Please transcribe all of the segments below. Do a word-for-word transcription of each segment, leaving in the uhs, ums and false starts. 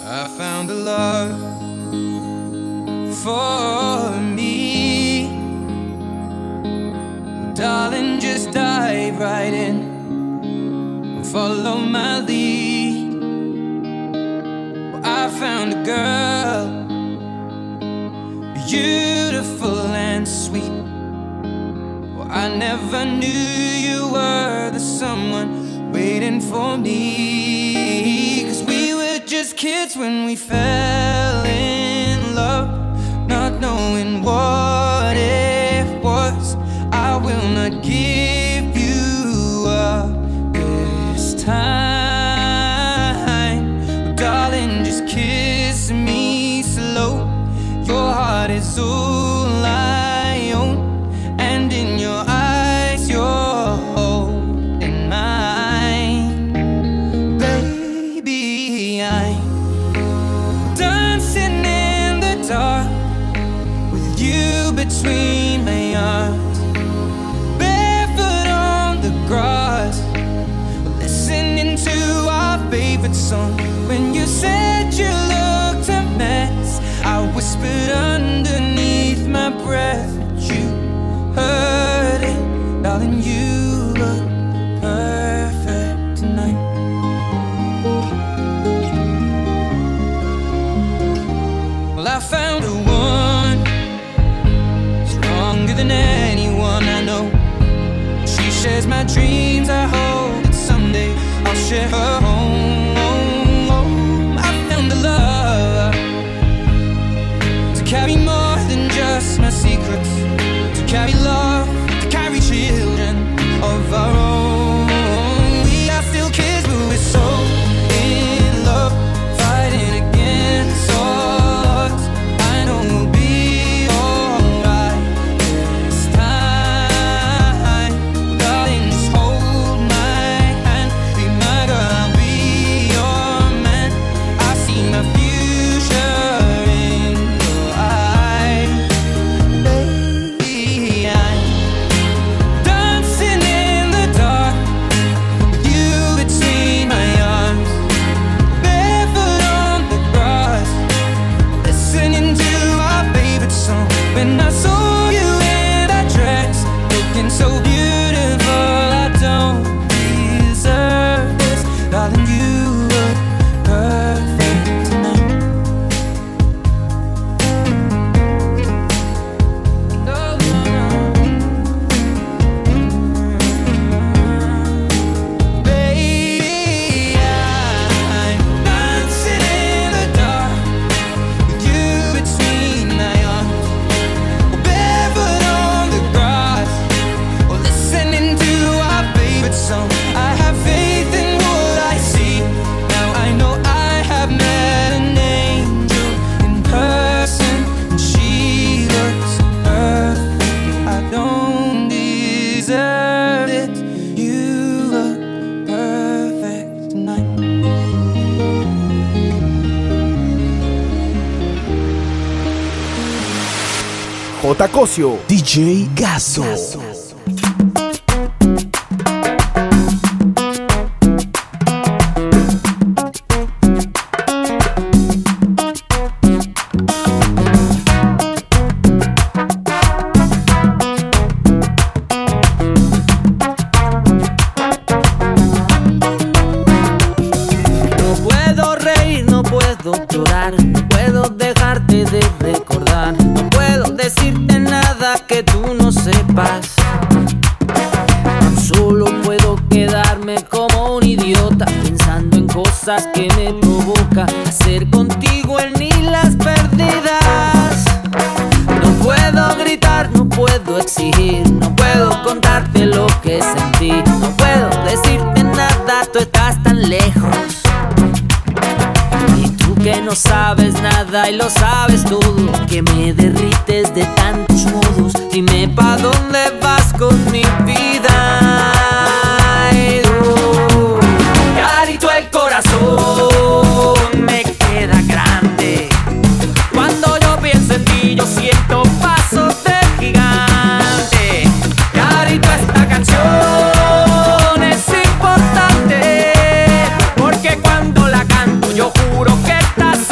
I found a love for me. Darling, just dive right in, follow my lead. Well, I found a girl, beautiful and sweet. Well, I never knew you were the someone waiting for me. 'Cause we were just kids when we fell in love, not knowing what it was. I will not give you up this time. Darling, just kiss me slow. Your heart is all I own, and in your eyes you're holding mine. Baby, I'm dancing in the dark with you between my arms, grass, listening to our favorite song. When you said you looked a mess, I whispered underneath my breath, but you heard it. Darling, you look perfect tonight. Well, I found a one stronger than anyone I know. She shares my dreams, I hope that someday I'll share her home. I found a love to carry more than just my secrets, to carry love, to carry children of our own. We are still kids, but we're so in love, fighting against all odds. I know we'll be alright this time. Darling, just hold my hand, be my girl, I'll be your man. I see my future in your eyes. Baby, I'm dancing in the dark with you between my arms, barefoot on the grass, listening to our favorite song. When I saw you in that dress, looking so beautiful, I don't deserve this. Darling, you look perfect tonight. No, no, no. Baby, I'm dancing in the dark with you between my arms, barefoot on the grass, or listening to our favorite song. I have faith in what I see. Now I know I have met an angel in person, and she looks perfect. I don't deserve it. You look perfect tonight. J. Cosio, D J Gaso. No puedo reír, no puedo llorar, no puedo dejarte de recordar, no puedo decirte nada que tú no sepas. Tan solo puedo quedarme como un idiota pensando en cosas que me provoca hacer contigo en ni las perdidas. No puedo gritar, no puedo exigir, no puedo contarte lo que sentí, no puedo decirte nada, tú estás tan lejos. Y tú que no sabes nada y lo sabes todo, que me derrites de tantos modos, dime pa' dónde vas con mi vida. Ay, oh. Carito, el corazón me queda grande. Cuando yo pienso en ti yo siento pasos de gigante. Carito, esta canción es importante, porque cuando la canto yo juro que estás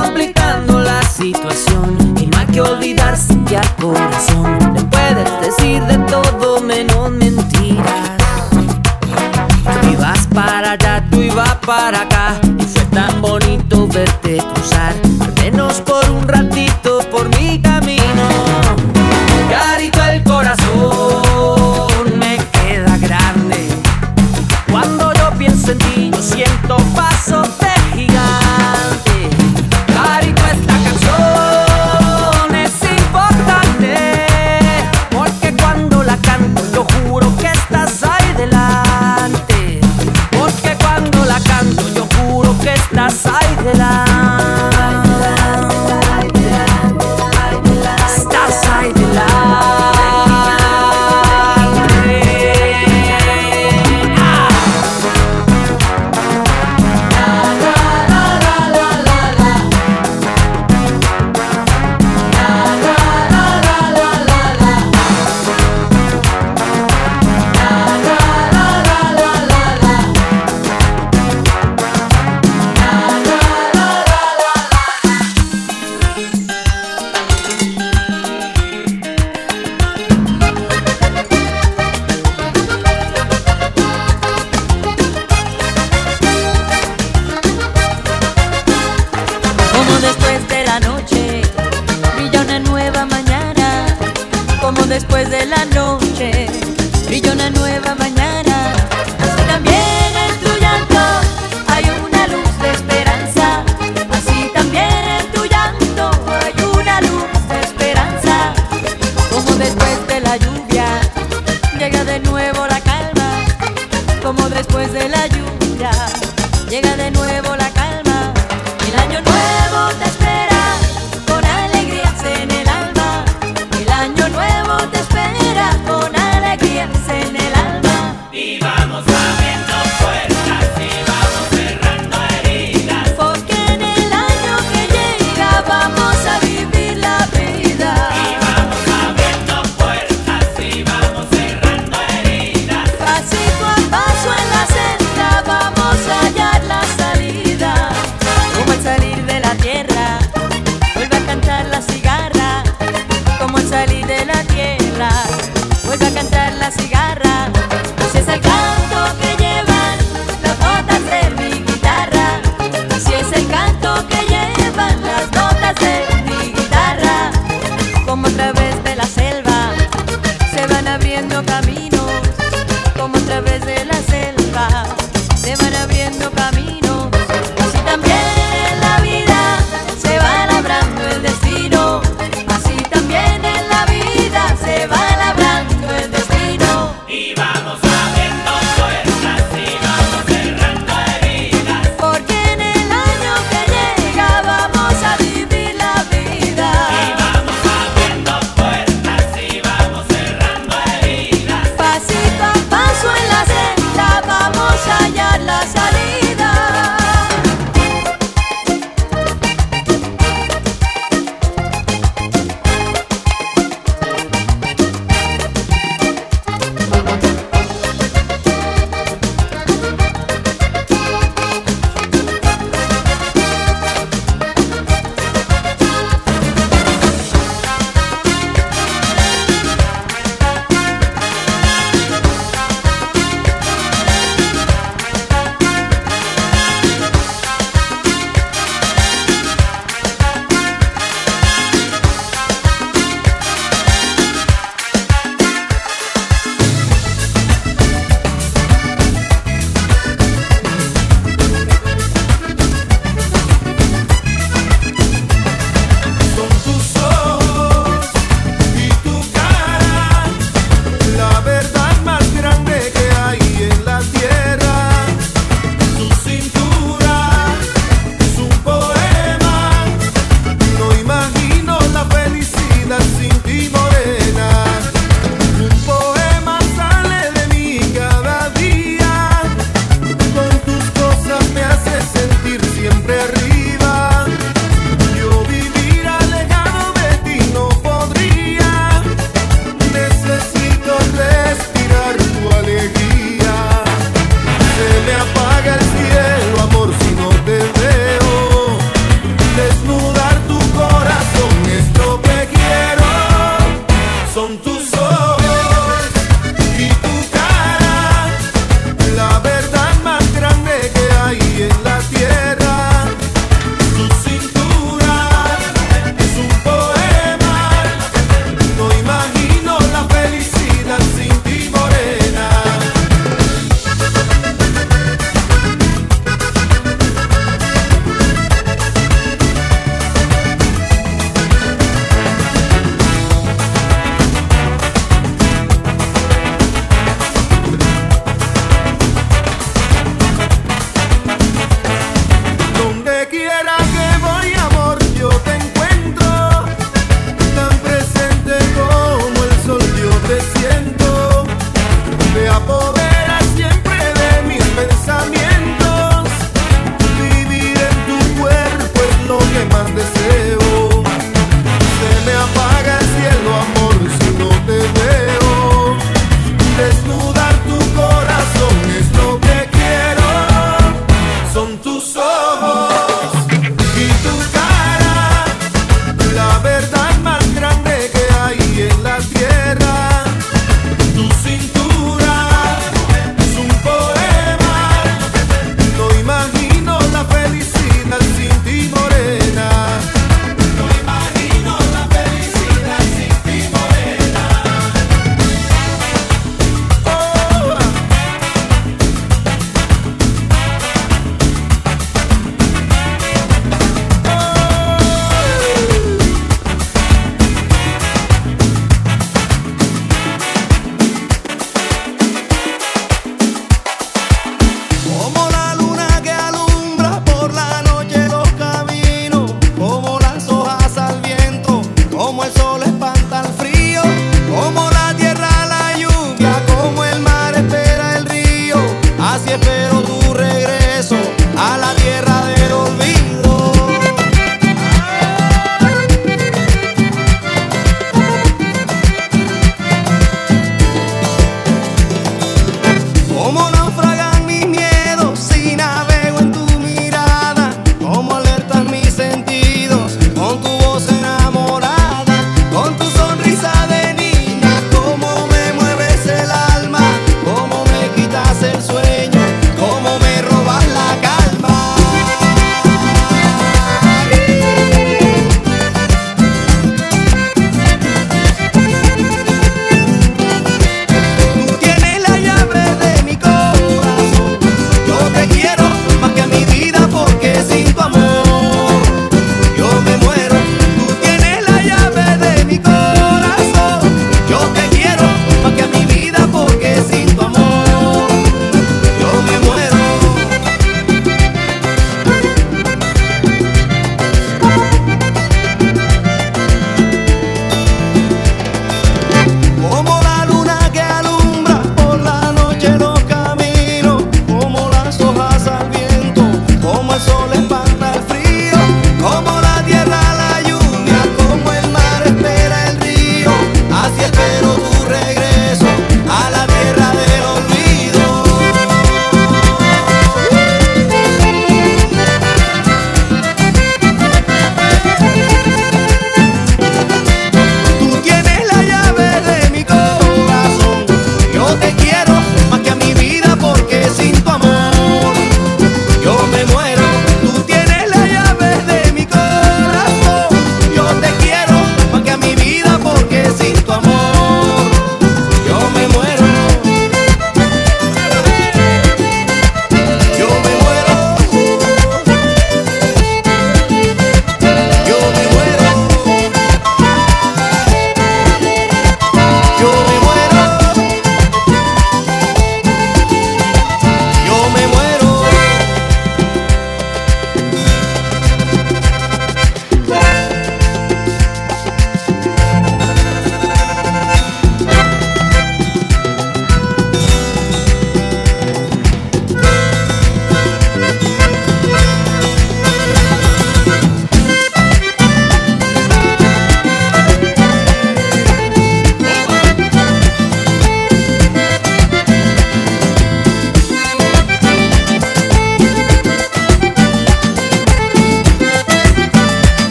complicando la situación. Y no hay que olvidarse que al corazón le puedes decir de todo menos mentiras. Tú ibas para allá, tú ibas para acá, y fue tan bonito verte cruzar, al menos por un ratito, por mi camino. Carito, el corazón me queda grande. Cuando yo pienso en ti, yo siento pasos de gigante. Carito, esta canción es importante, porque cuando la canto, yo juro que estás ahí delante. Porque cuando la canto, yo juro que estás ahí delante. Estás ahí delante. Como después de la noche brilla una nueva mañana. Como después de la noche brilla una nueva mañana. Así también en tu llanto hay una luz de esperanza. Así también en tu llanto hay una luz de esperanza. Como después de la lluvia llega de nuevo la calma. Como después de la lluvia llega de nuevo la calma. El año nuevo te espera con alegrías en el alma. El año nuevo te espera con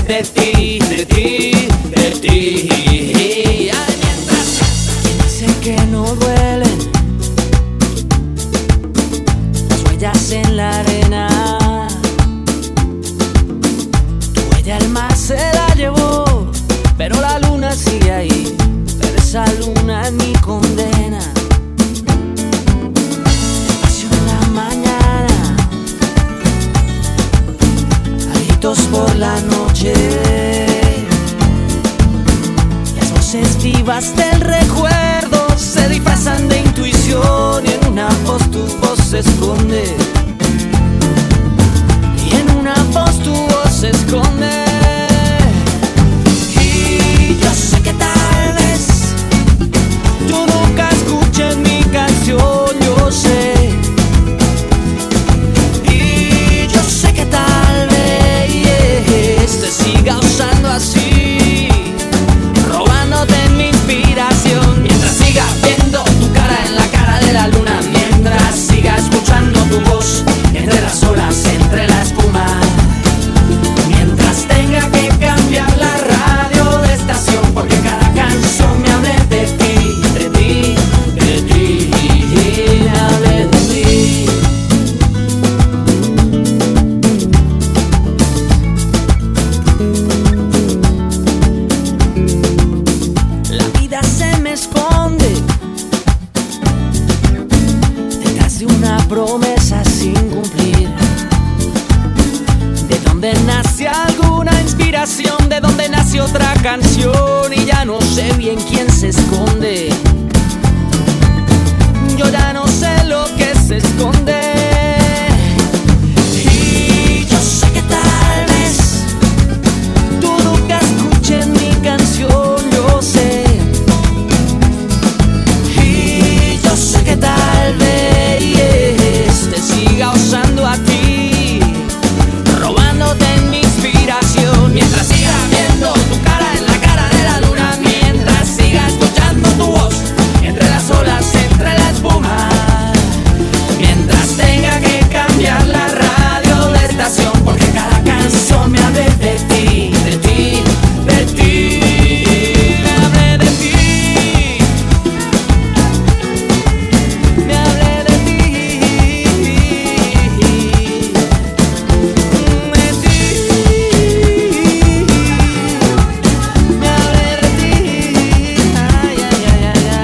de ti, de ti, de ti. Ay, mientras sé que no duelen las huellas en la arena, tu huella el mar se la llevó, pero la luna sigue ahí, pero esa luna es mi condena. Espacio en la mañana, gritos por la noche, las voces vivas del recuerdo se disfrazan de intuición y en una voz tu voz se esconde, y en una voz tu voz se esconde. Y yo sé que tal vez tú nunca escuches mi canción, yo sé. Y yo sé que tal vez te siga usando así, robándote mi inspiración, mientras siga viendo tu cara en la cara de la luna, mientras siga escuchando tu voz entre las olas, entre la espuma, mientras tenga que cambiar la radio de estación, porque cada canción me hable de ti, de ti, de ti, me hable de ti. La vida se me esconde detrás de una promesa sin cumplir, de donde nace alguna inspiración, de donde nace otra canción, y ya no sé bien quién se esconde, yo ya no sé lo que se esconde. Y yo sé que tal vez tú nunca escuches mi canción, yo sé. Y yo sé que tal vez te siga usando a ti, robándote mi inspiración, mientras siga viendo tu cara en la cara de la luna, mientras siga escuchando tu voz entre las olas, entre la espuma, mientras tenga que cambiar la radio de estación, porque cada canción me hable de ti, de ti, de ti, me hable de ti, me hable de ti, de ti, me hable de ti, ay, ay, ay, ay, ay.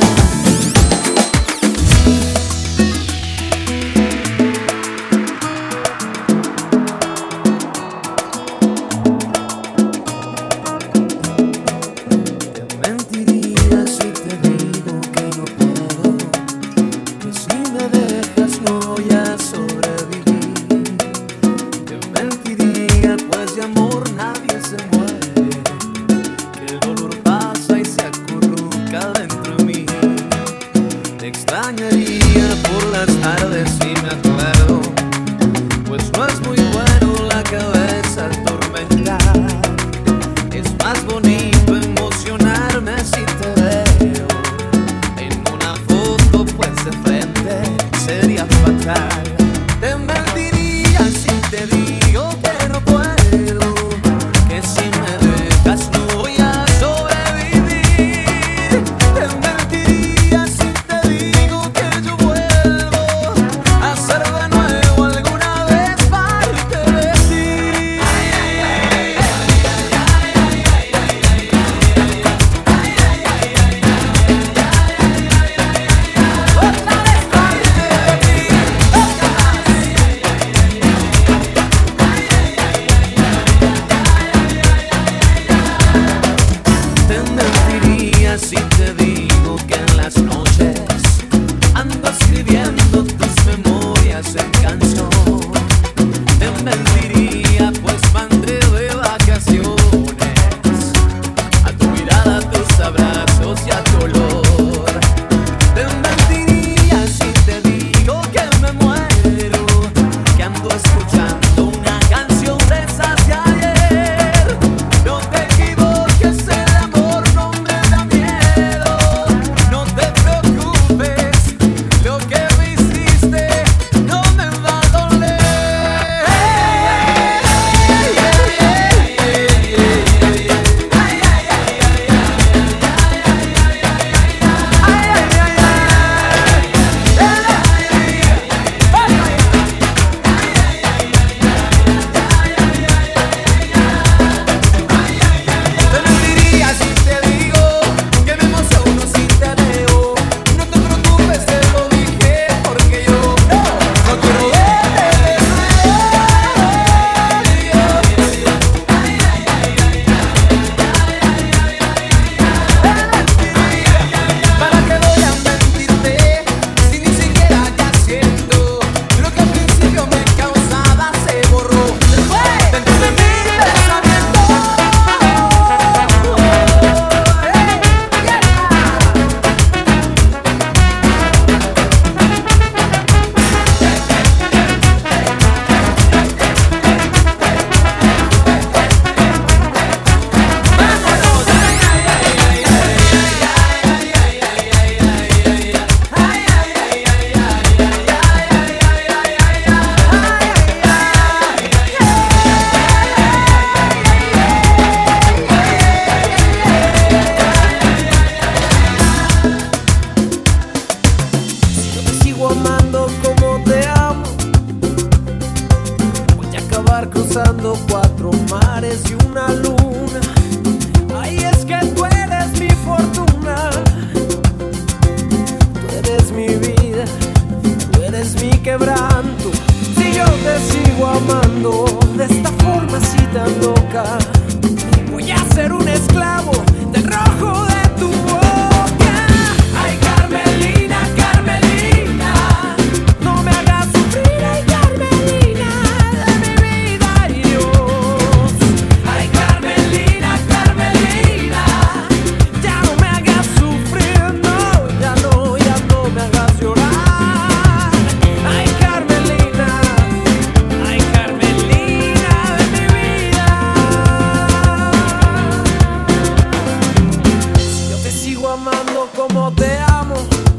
Mentiría si te digo que no puedo, que si me dejas no voy a sobrevivir. Te mentiría pues de amor nadie se muere, que el dolor pasa y se acurruca dentro de mí. Te extrañaría por las tardes si me acuerdo, pues no es muy bueno la cabeza atormentar. Es más bonito emocionarme si te veo en una foto, pues de frente sería fatal. Te mentiría si te digo que no puedo, que si me dejas no voy a sobrevivir. Te mentiría si te digo que yo vuelvo a ser de nuevo alguna vez parte de ti. Otra vez parte de ti. cuatro mares y una luna. Ay, es que tú eres mi fortuna. Tú eres mi vida, tú eres mi quebranto. Si yo te sigo amando de esta forma así tan loca, voy a ser un esclavo del rojo de tu boca. Ay, Carmelina, Carmelina, no me hagas sufrir. Ay, Carmelina, de mi vida y Dios. Ay, Carmelina, Carmelina, ya no me hagas sufrir. No, ya no, ya no me hagas llorar. Ay, Carmelina, ay, Carmelina de mi vida. Si yo te sigo amando como te amo,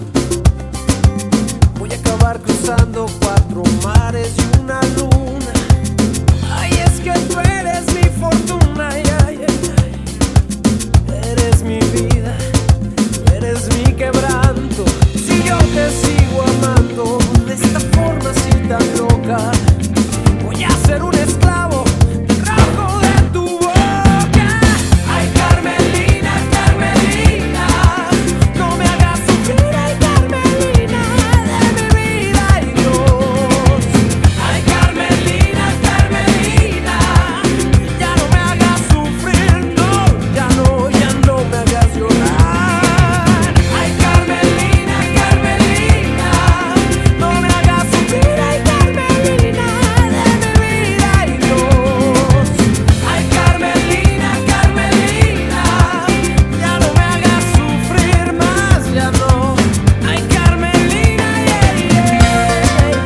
voy a acabar cruzando cuatro mares y una luna. Ay, es que tú eres mi fortuna. Ay, ay, ay, ay. Eres mi vida, eres mi quebranto. Si yo te sigo amando de esta forma así tan loca, voy a ser un esclavo rojo de tu boca. Ay, Carmelina, Carmelina, no me hagas sufrir. Ay, Carmelina, de mi vida y Dios. Ay, Carmelina, Carmelina, ya no me hagas sufrir. No, ya no, ya no me hagas llorar. Ay, Carmelina, Carmelina, no me hagas sufrir. Ay, Carmelina, de mi vida y Dios. Ay, Carmelina, Carmelina, ya no me hagas sufrir más, ya no. Ay, Carmelina, yeah, yeah,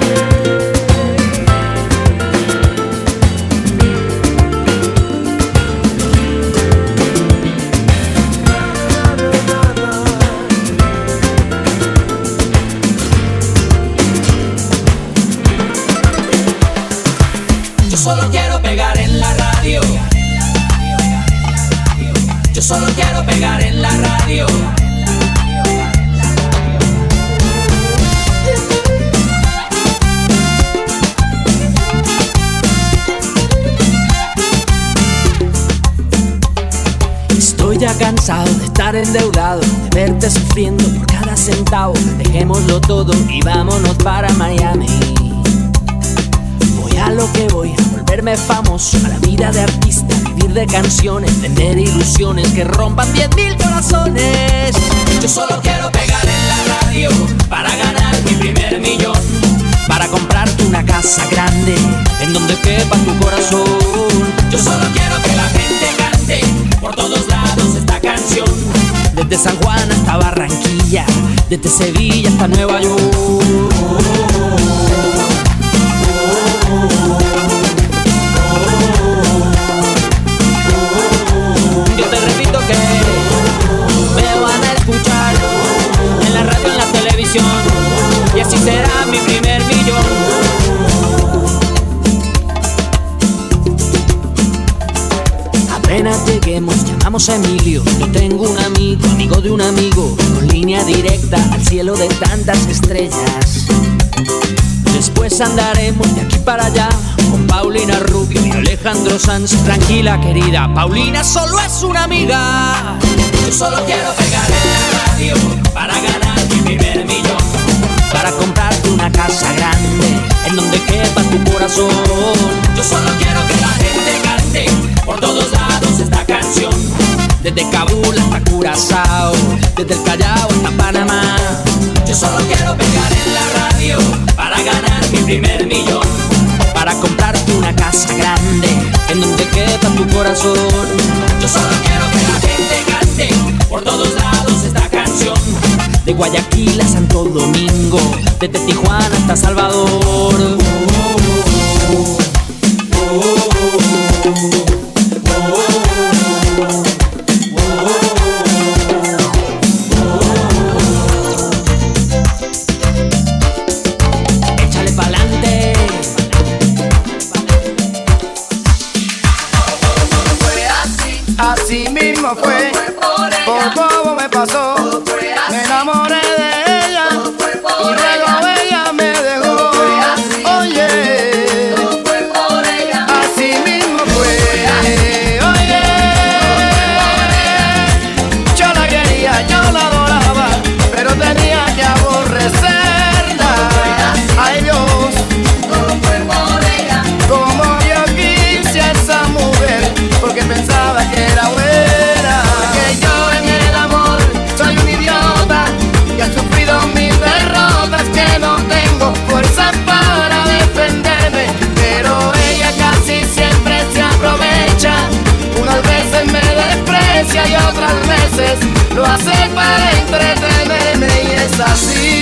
Yo solo quiero pegar en la radio. Yo solo quiero pegar en la radio. Estoy ya cansado de estar endeudado, de verte sufriendo por cada centavo. Dejémoslo todo y vámonos para Miami. Voy a lo que voy, a volverme famoso, a la vida de artista, vivir de canciones, vender ilusiones que rompan diez mil corazones. Yo solo quiero pegar en la radio para ganar mi primer millón, para comprarte una casa grande en donde quepa tu corazón. Yo solo quiero que la gente cante por todos lados esta canción, desde San Juan hasta Barranquilla, desde Sevilla hasta Nueva York. Yo te repito que me van a escuchar en la radio, en la televisión, y así será mi primer millón. Apenas lleguemos, llamamos a Emilio. Yo tengo un amigo, amigo de un amigo, con línea directa al cielo de tantas estrellas. Después andaremos de aquí para allá con Paulina Rubio y Alejandro Sanz. Tranquila, querida, Paulina solo es una amiga. Yo solo quiero pegar en la radio para ganar mi primer millón, para comprarte una casa grande en donde quepa tu corazón. Yo solo quiero que la gente cante por todos lados esta canción, desde Kabul hasta Curazao, desde el Callao hasta Panamá. Yo solo quiero pegar en la radio para ganar mi primer millón, para comprarte una casa grande en donde quepa tu corazón. Yo solo quiero que la gente cante por todos lados esta canción, de Guayaquil a Santo Domingo, desde Tijuana hasta Salvador. Oh, oh, oh, oh, oh. Así mismo fue, por poco me pasó, me enamoré de ella y luego ella me dejó. Oye, así mismo fue. veces lo hace para entretenerme y es así.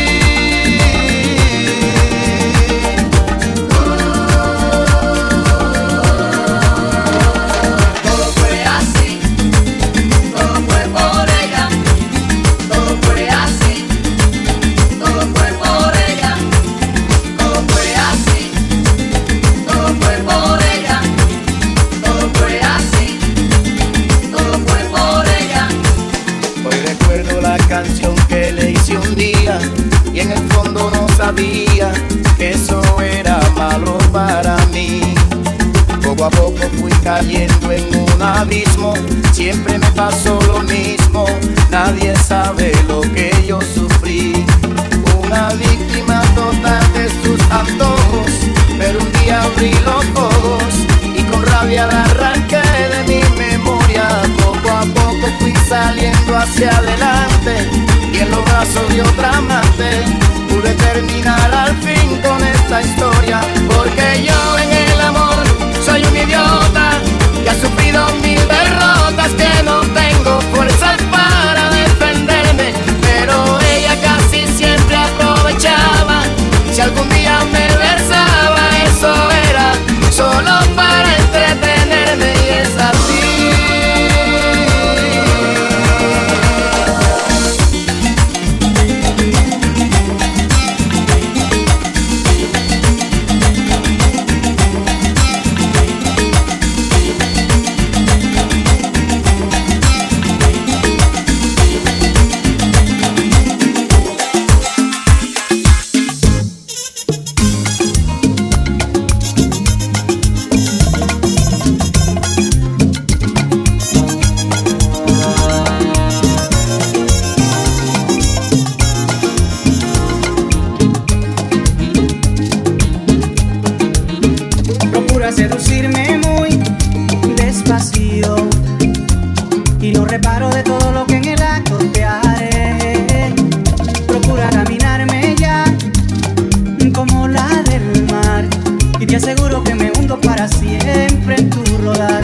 Y en el fondo no sabía que eso era malo para mí. Poco a poco fui cayendo en un abismo. Siempre me pasó lo mismo. Nadie sabe lo que yo sufrí. Una víctima total de sus antojos. Pero un día abrí los ojos y con rabia la arranqué de mi memoria. Poco a poco fui saliendo hacia adelante y en los brazos de otra amante pude terminar al fin con esta historia. Porque yo en el amor soy un idiota que ha sufrido mil derrotas, que no tengo fuerzas para defenderme. Pero ella casi siempre aprovechaba. Si algún día me versaba, eso era solo para entretenerme y es así. Seducirme muy despacio y no reparo de todo lo que en el acto te haré. Procura caminarme ya como la del mar y te aseguro que me hundo para siempre en tu rodar.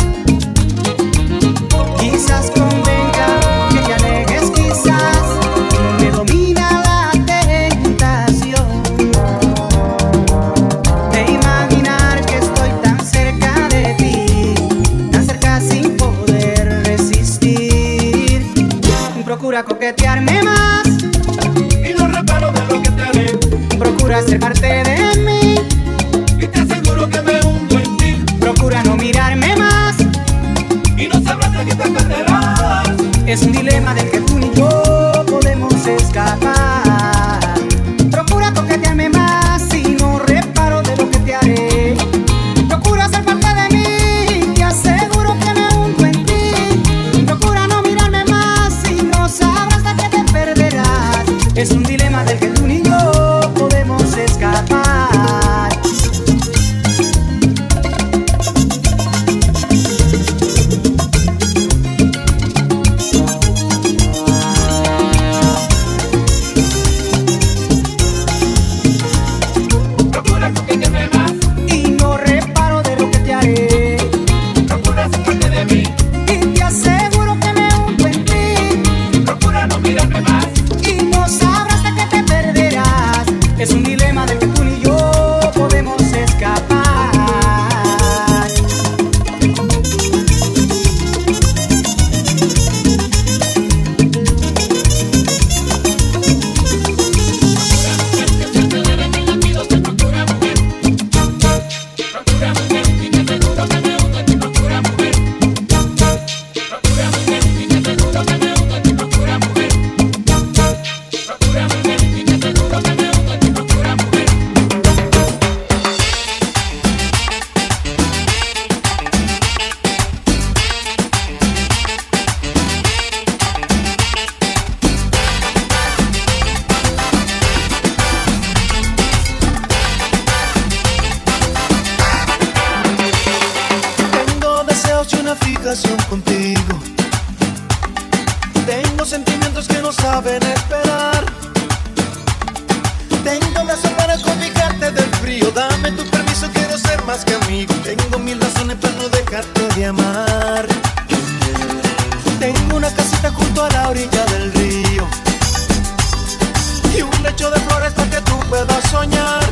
Quizás convenga que te alejes, quizás me domina la tentación de imaginar que estoy tan cerca de ti, tan cerca sin poder resistir. Procura coquetearme más y no reparo de lo que te haré. Procura ser parte de mí y te aseguro que me hundo en ti. Procura no mirarme más y no sabrás de qué te perderás. Es un dilema del que tú ni yo podemos escapar. Procura coquetearme más y no reparo de lo que te haré. Procura ser parte de mí, te aseguro que me hundo en ti. Procura no mirarme más y no sabrás de qué te perderás. Es un dilema del que tú ni yo podemos escapar. Es un dilema del que tú ni yo podemos escapar. Contigo tengo sentimientos que no saben esperar. Tengo razón para cobijarte del frío. Dame tu permiso, quiero ser más que amigo. Tengo mil razones para no dejarte de amar. Tengo una casita junto a la orilla del río y un lecho de flores para que tú puedas soñar.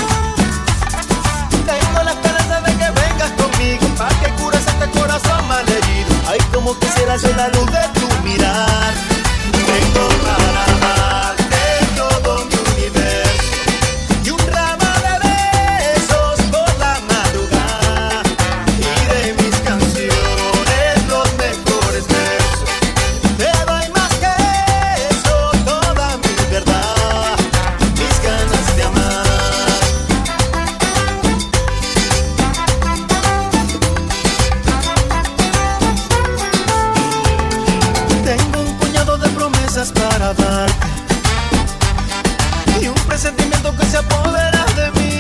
Tengo la esperanza de que vengas conmigo para que cures este corazón malherido. Ay, como quisiera ser la luz de tu mirar. Tengo para darte todo mi universo y un ramo de besos por la madrugada y de mis canciones los mejores versos. Te doy más que eso, toda mi verdad, mis ganas de amar. Tengo un puñado de promesas para darte y un presentimiento que se apodera de mí.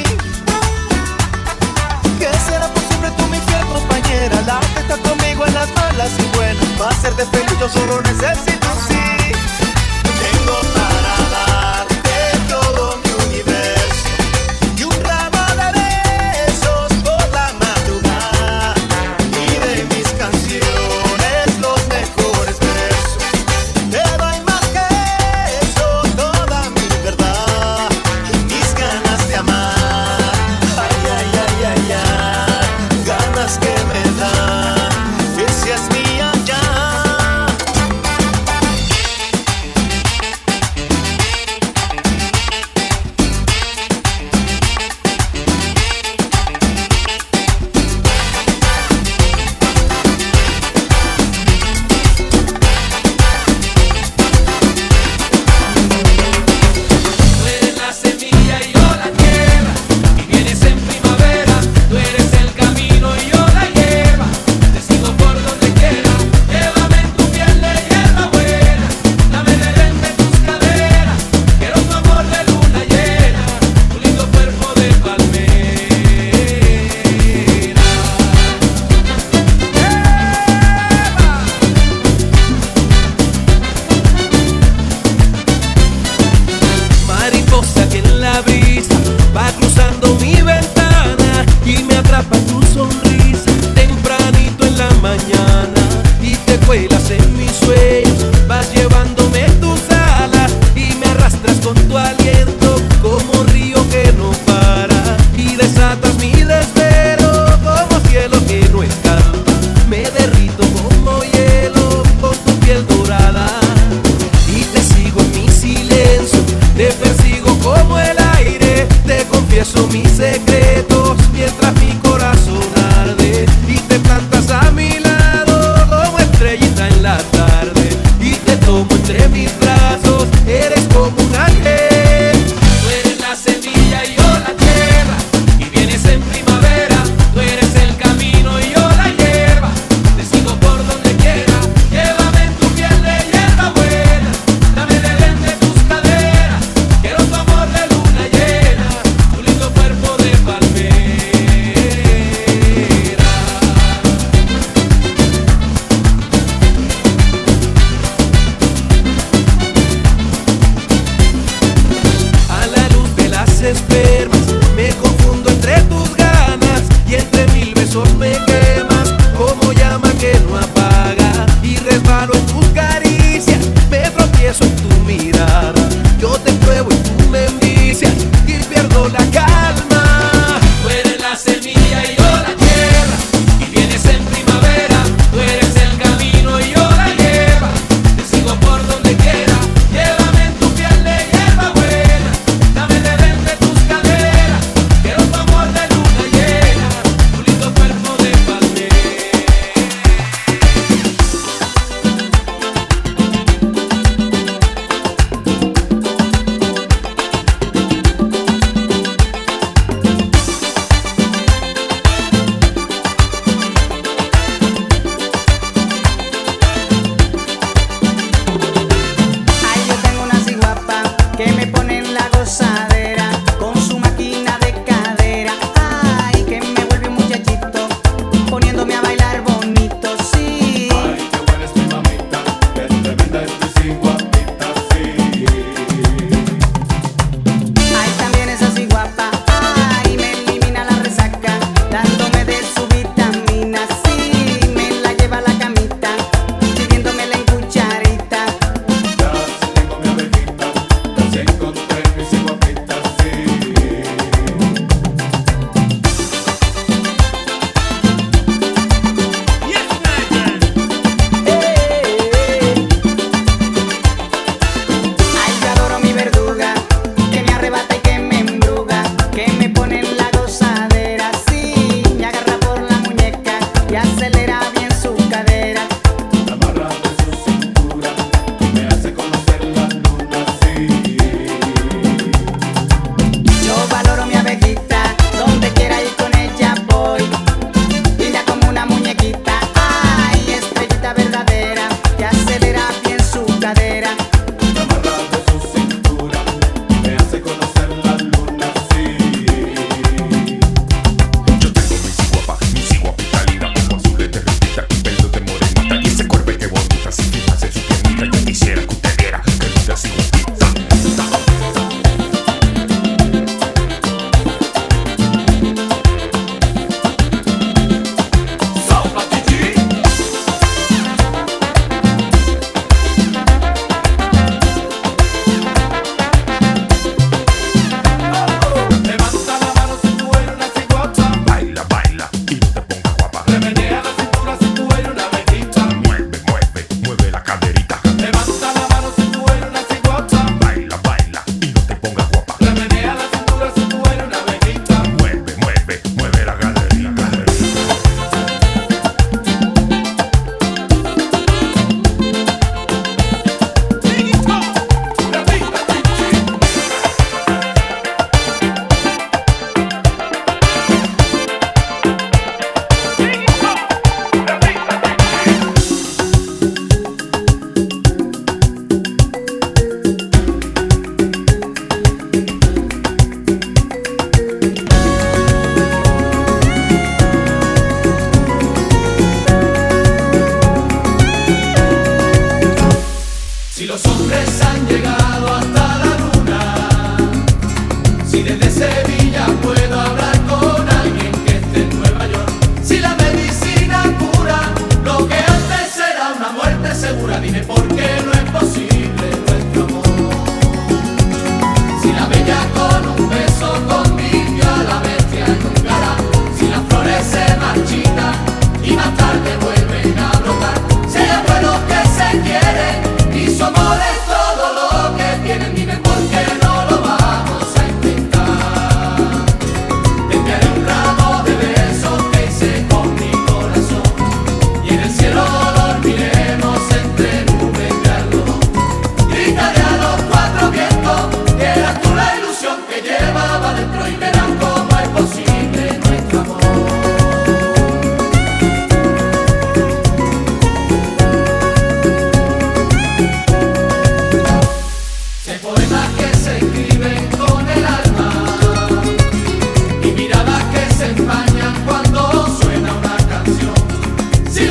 ¿Qué será posible tú, mi fiel compañera? La que está conmigo en las malas y buenas. Va a ser de feliz, yo solo necesito un sí. Tengo para darte todo mi universo y un ramo de besos por la madrugada y de mis canciones los mejores versos. Te doy más que eso, toda mi verdad y mis ganas de amar. Ay, ay, ay, ay, ay, ganas que me dan, que seas mía ya. Tú eres la semilla y yo la tierra, y vienes en primavera. Tú eres el camino y yo la hierba. Te sigo por donde quiera. Llévame en tu piel de hierba buena. Dame de de tus caderas. Quiero tu amor de luna llena, tu lindo cuerpo de palmera. Mariposa que en la brisa va cruzando mi ventana y me atrapa tu sonrisa tempranito en la mañana y te cuelas en mis sueños, vas llevándome tus alas y me arrastras con tu aliento como río que no para y desatas mi desvelo como cielo que no escapa. Me derrito como hielo con tu piel dorada y te sigo en mi silencio, te persigo como el aire, te confieso mis secretos mientras mi corazón arde y te plantas a mi lado como estrellita en la tarde y te tomo entre mis brazos, eres como un ángel. Tú eres la semilla y yo la tierra, y vienes en primavera. Tú eres el camino y yo la hierba. Te sigo por donde quiera. Llévame en tu piel de hierba buena. Dame de de tus caderas. Quiero tu amor de luna llena, tu lindo cuerpo de palmera.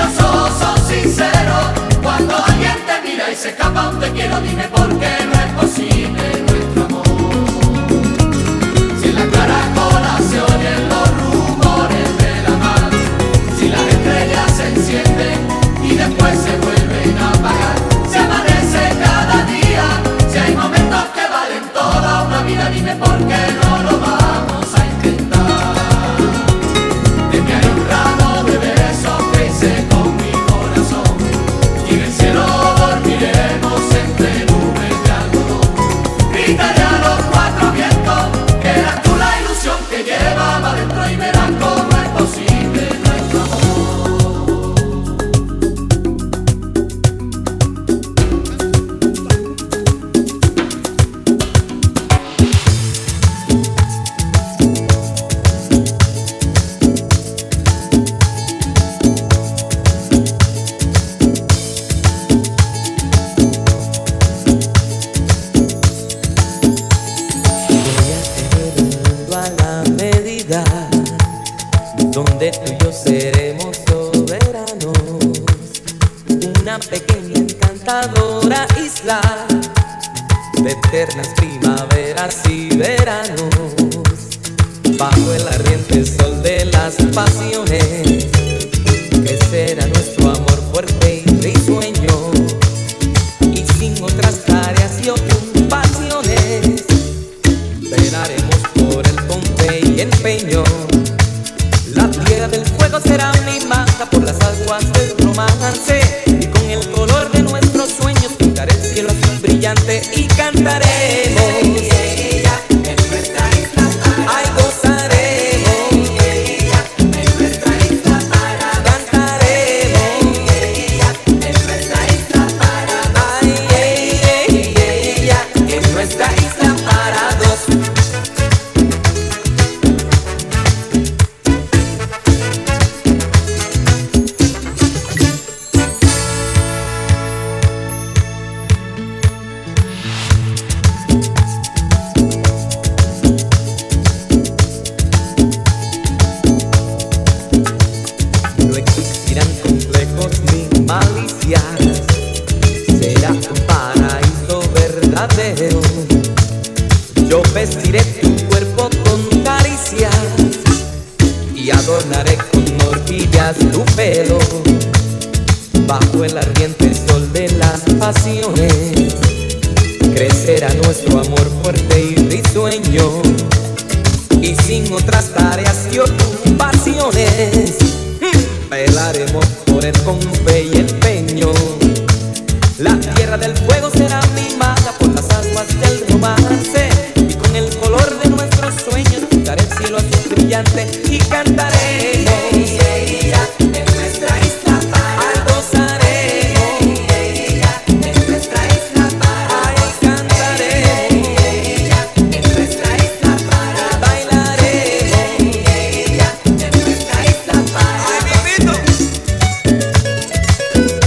los ojos son sinceros. Cuando alguien te mira y se escapa un te quiero, dime por qué no es posible nuestro amor. Si en la caracola se oyen los rumores de la mar, si las estrellas se encienden y después se vuelven a apagar, si amanece cada día, si hay momentos que valen toda una vida, dime por qué no lo vamos a intentar. Te enviaré un ramo de besos que hice con mi corazón, y en el cielo dormiremos entre nubes de algodón. Gritaré a los cuatro vientos que eras tú la ilusión que llevaba dentro, y verás cómo es posible nuestro amor. A la medida donde tú y yo seremos soberanos, una pequeña encantadora isla de eternas primaveras y veranos, bajo el ardiente sol de las pasiones, que será nuestro amor fuerte y risueño, y sin otras tareas y ocupaciones, velaremos por el pompe y empeño. La tierra del fuego será mimada por las aguas del romance, y con el color de nuestros sueños pintaré el cielo azul brillante y cantaremos. En nuestra isla ay, gozaremos. En nuestra isla para cantaremos. En nuestra isla para ay, ay, ay, ay, ay, en nuestra isla para dos. No existirán complejos ni malicias, será un paraíso verdadero. Yo vestiré tu cuerpo con caricias y adornaré con orquídeas tu pelo, bajo el ardiente sol de las pasiones, crecerá nuestro amor fuerte y risueño, y sin otras tareas y ocupaciones, velaremos por él con fe y empeño. La tierra del fuego será mimada por las aguas del romance, y con el color de nuestros sueños pintaré el cielo azul brillante y cantaremos. En nuestra isla para ay, gozaremos. En nuestra isla para ay, cantaremos. En nuestra isla para bailaremos. En nuestra isla para ay, vivito.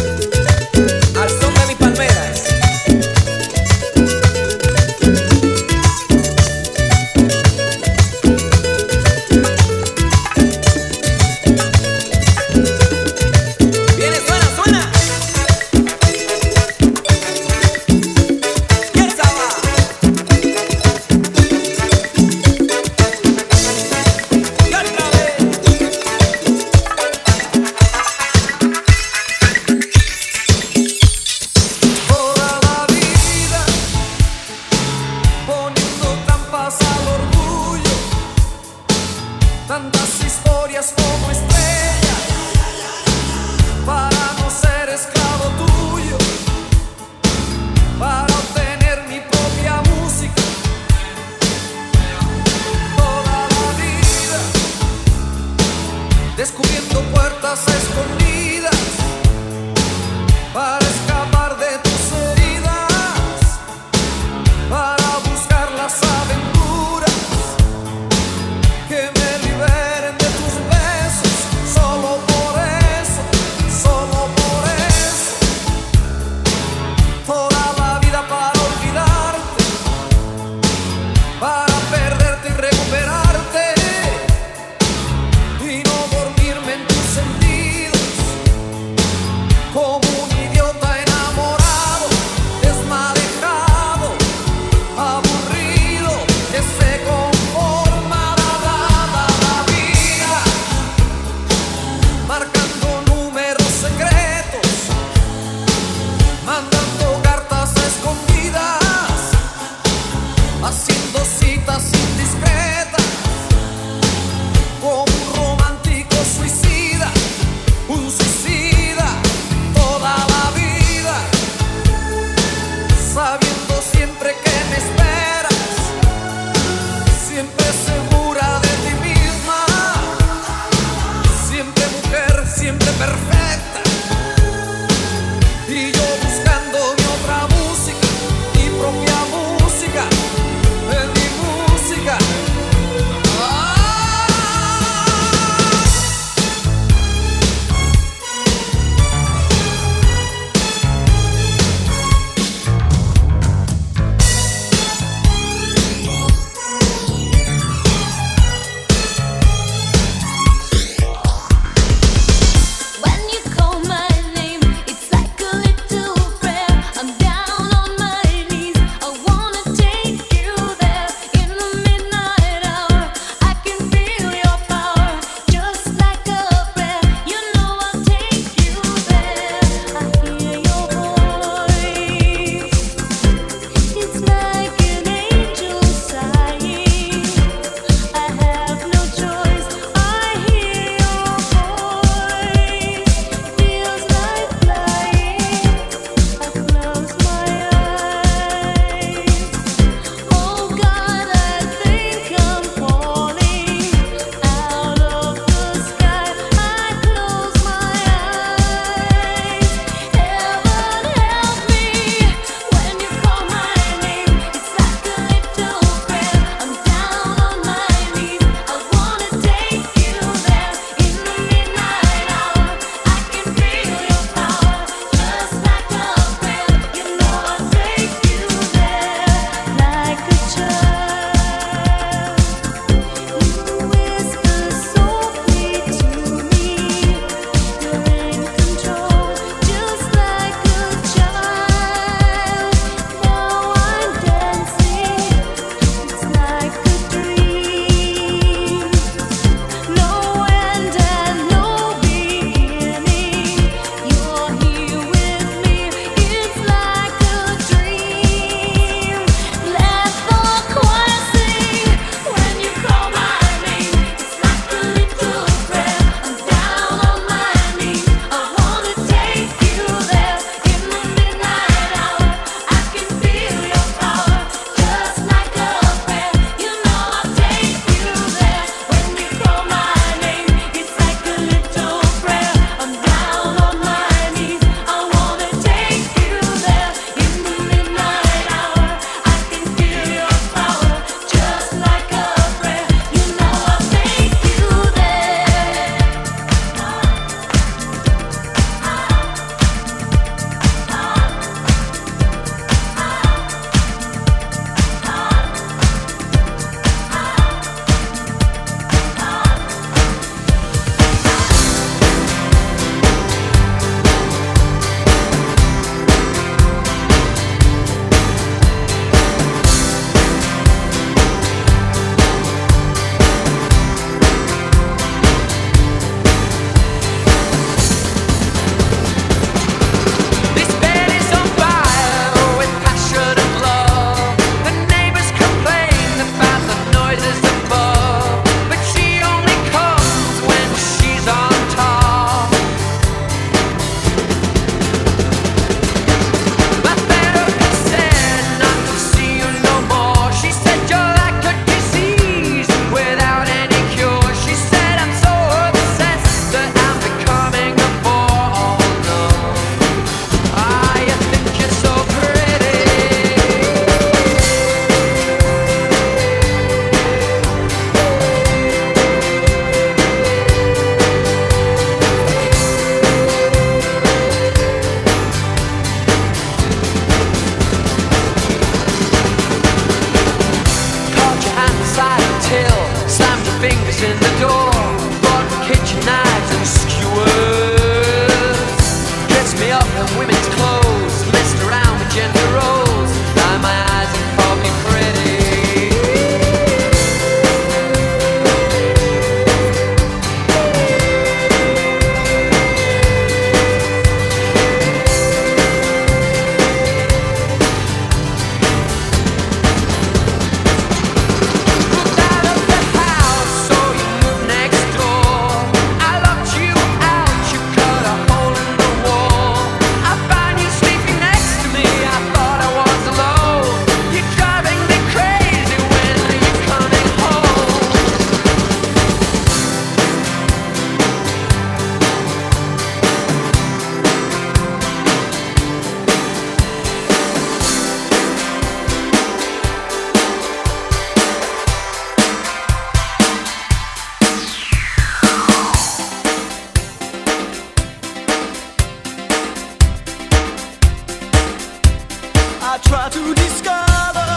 I try to discover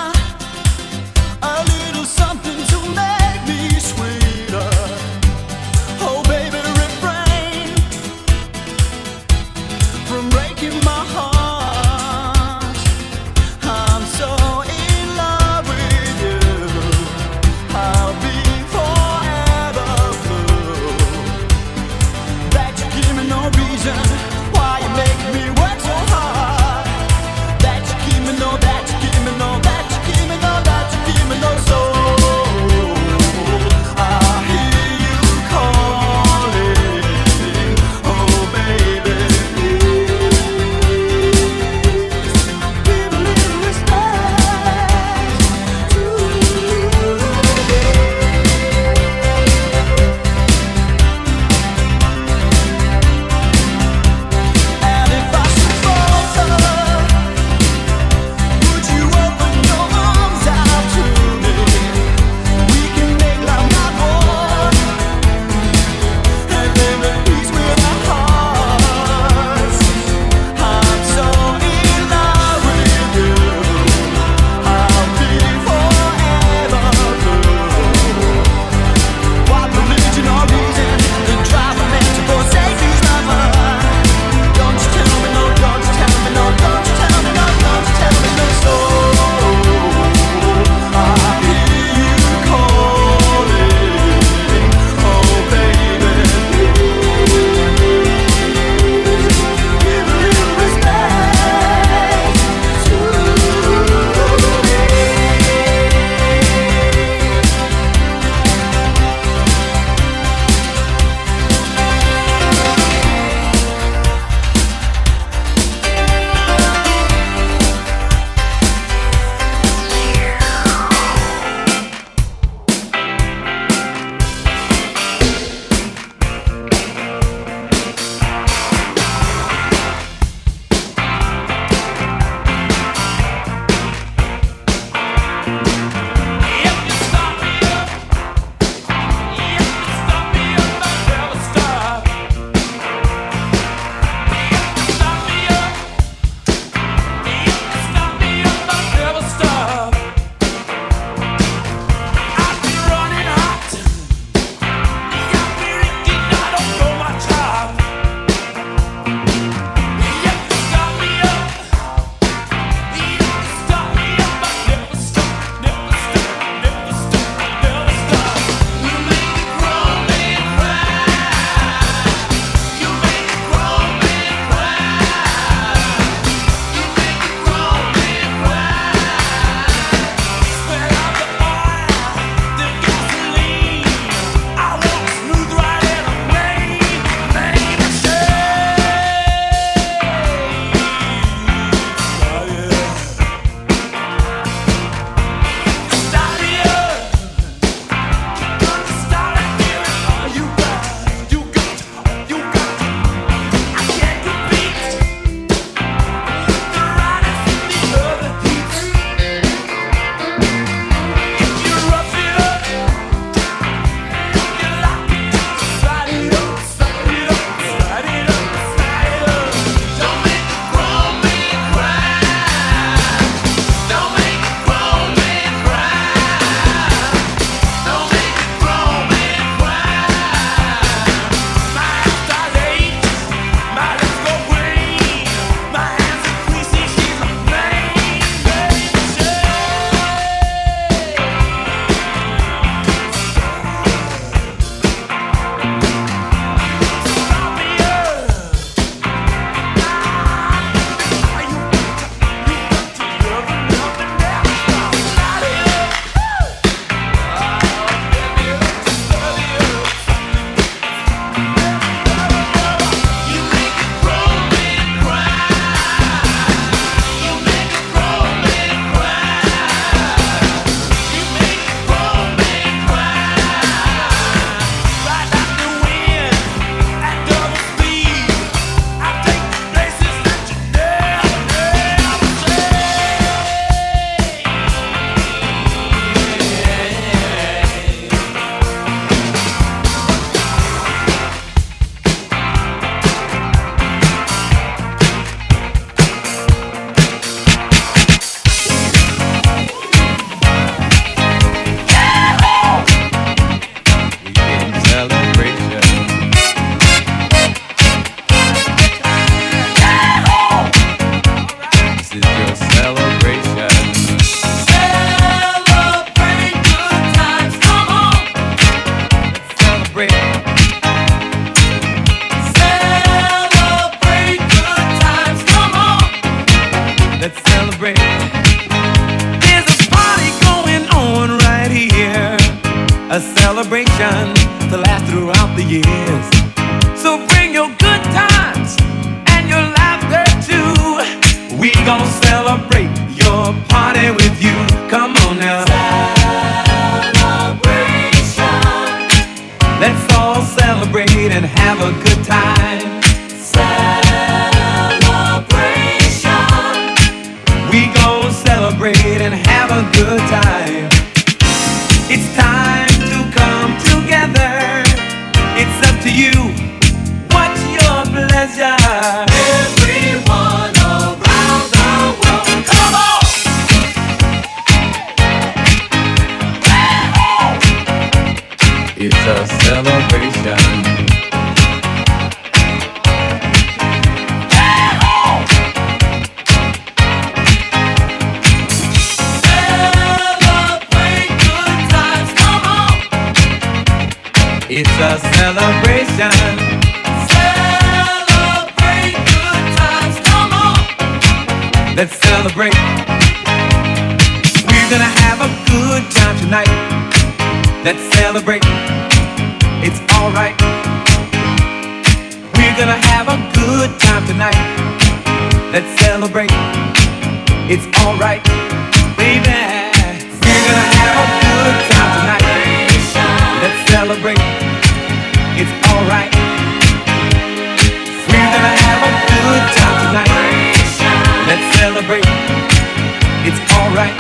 a little something to make me sweeter. Oh baby, refrain from breaking my heart. I'm so in love with you. I'll be forever blue. That you give me no reason why you make me work so hard. That you give me no, that you give me no, that you give me no, that you give me no soul. I hear you calling, oh baby. a celebration to last throughout the years. So bring your good times and your laughter too. We gon' celebrate your party with you. Come on now. Celebration. Let's all celebrate and have a good time. Celebration. We gon' celebrate and have a good time. It's time to come together. It's up to you. What's your pleasure? Everyone around the world, come on! It's a celebration. It's a celebration. Celebrate good times, come on. Let's celebrate. We're gonna have a good time tonight. Let's celebrate. It's alright. We're gonna have a good time tonight. Let's celebrate. It's alright, baby. We're gonna have a good time tonight. Let's celebrate. It's alright. We're gonna have a good time tonight. Let's celebrate. It's alright.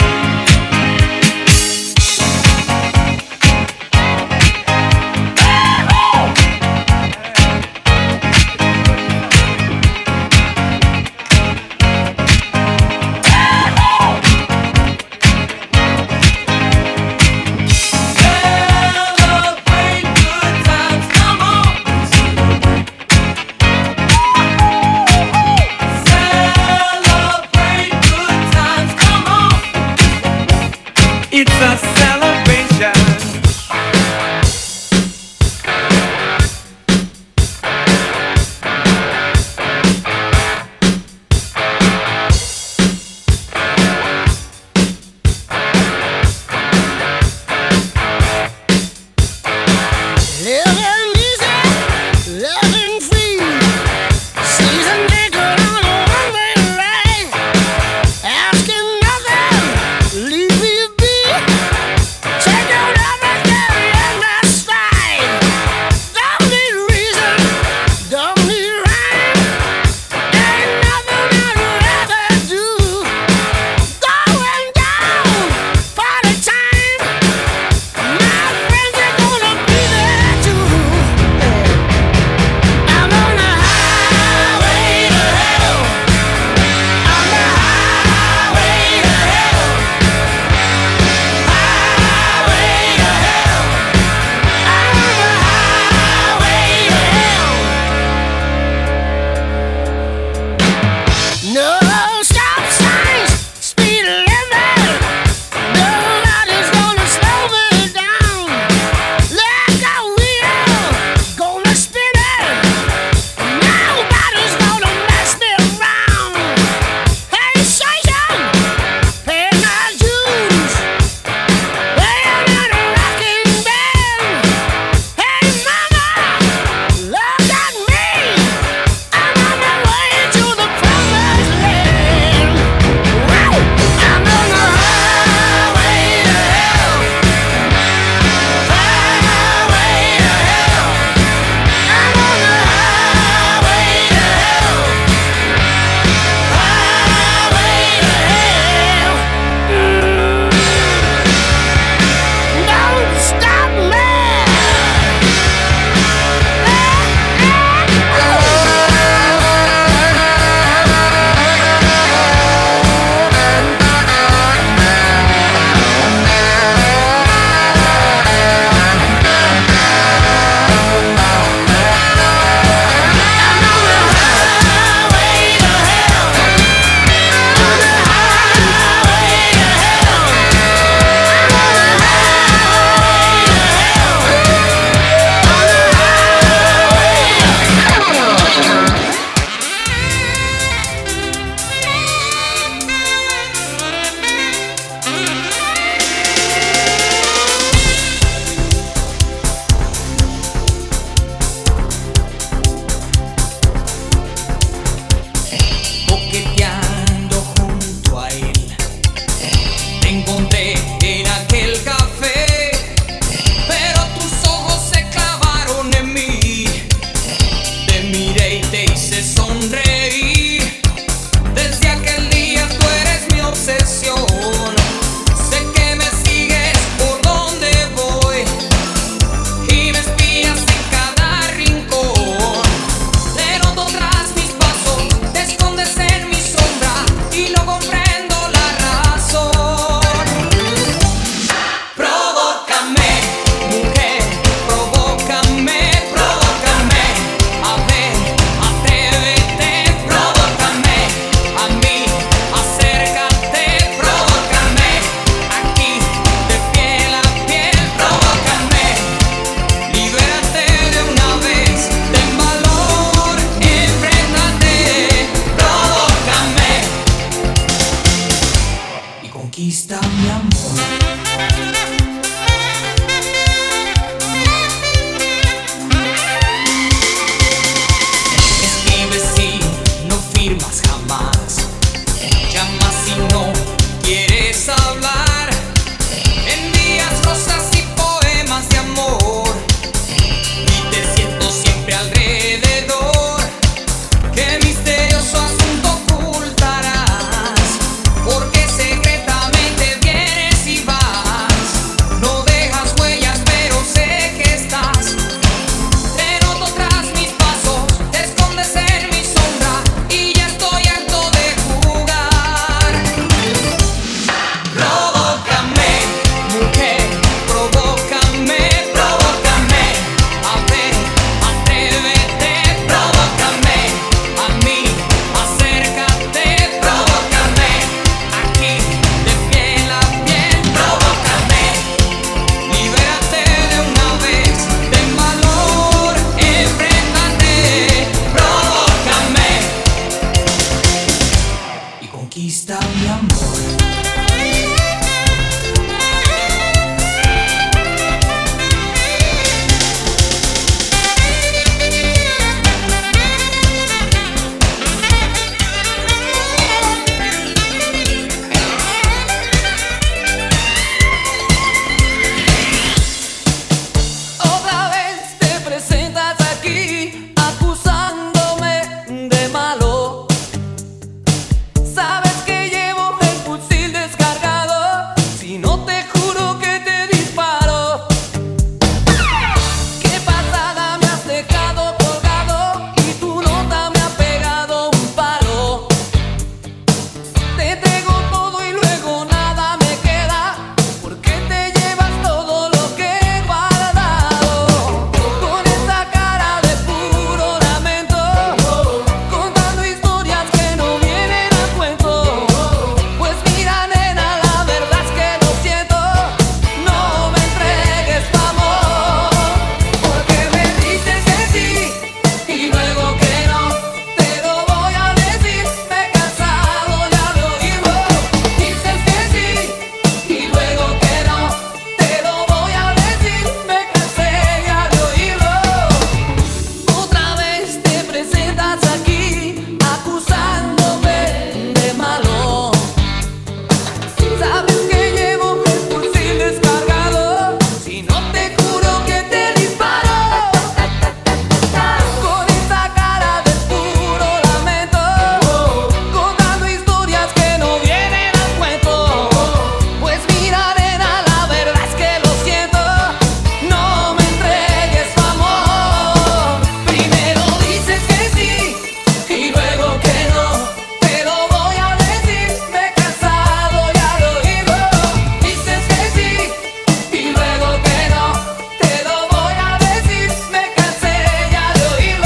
conquista mi amor. Escribes si no firmas jamás, llamas si no quieres hablar, envías rosas y poemas de amor y te siento siempre alrededor. Qué misterioso asunto ocultarás, porque secretamente vienes y vas. No dejas huellas, pero sé que estás. Te noto tras mis pasos, te escondes en mi sombra y ya estoy harto de jugar. Provócame, mujer, provócame, provócame. A ver, atrévete, provócame. A mí, acércate, provócame. Aquí, de piel a piel, provócame. Libérate de una vez del valor, enfréntate, provócame y conquista mi amor. Otra vez te presentas aquí acusándome de malo. Sabes que llevo el fusil descargado, si no te juro que te disparo. Qué pasada, me has dejado colgado y tu nota me ha pegado un palo. Te entrego todo y luego nada me queda, porque te llevas todo lo que he guardado. Con esa cara de puro lamento, contando historias que no vienen a cuento. Pues mira, nena, la verdad es que lo siento. No me entregues tu amor, porque me dices que sí y luego que no. Te lo voy a decir, me he cansado ya de oírlo. Dices que sí y luego que no. Te lo voy a decir, me cansé ya de oírlo. Otra vez te presentas aquí acusándome de malo. Sabes que llevo el fusil descargado, si no te juro que te disparo. Con esa cara de puro lamento, contando historias que no vienen a cuento. Pues mira, nena, la verdad es que lo siento. No me entregues tu amor. Primero dices que sí y luego que no. Te lo voy a decir, me he cansado ya de oírlo. Dices que sí y luego que no. Te lo voy a decir, me cansé ya de oírlo.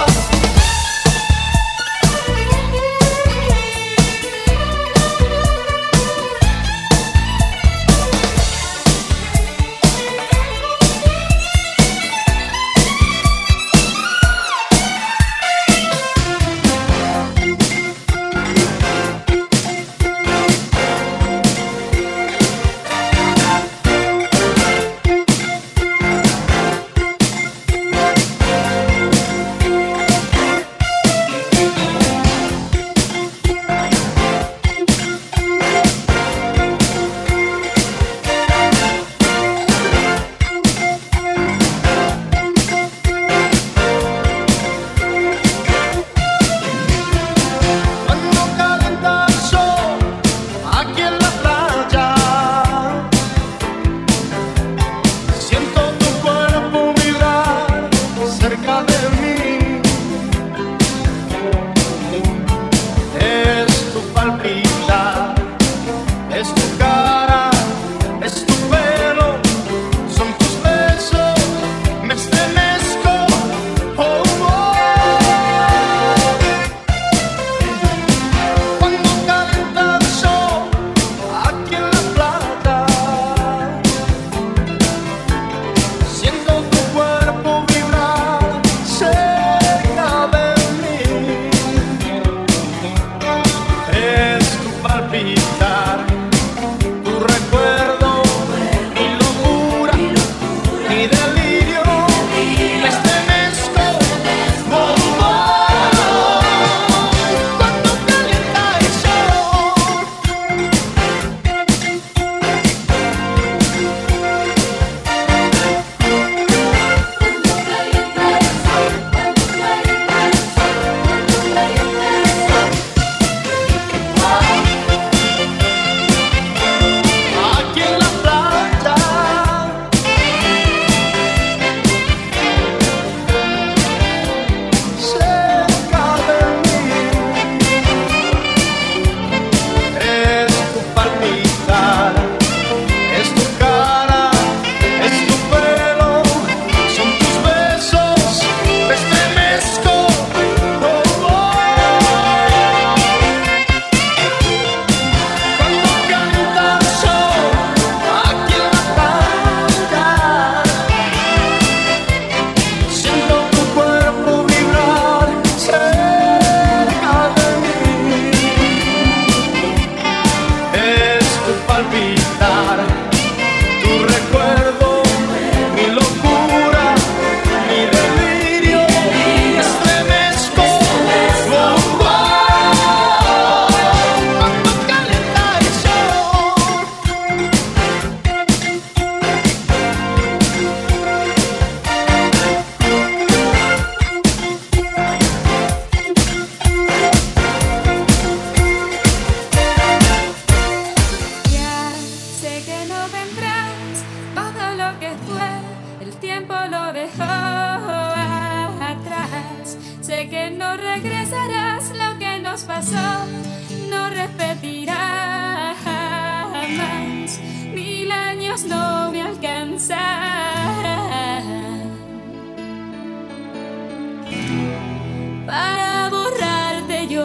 Cuando calienta el sol aquí en la playa, siento tu cuerpo vibrar cerca de mí. Es tu palpitar, es tu cara, es tu pelo, son tus besos, me estremezco. Oh, oh. Cuando calienta el sol aquí en la playa, siento tu cuerpo vibrar cerca de mí. Es tu palpitar,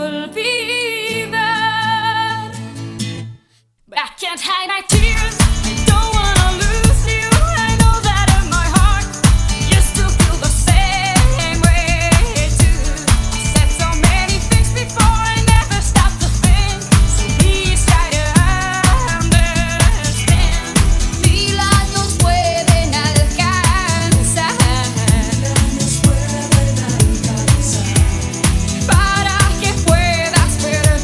olvidar. But I can't hide my tears. I don't wanna lose you. I know that in my heart you still feel the same way too. Said so many things before, I never stopped to think. So please try to understand. Mil años pueden alcanzar. Para que puedas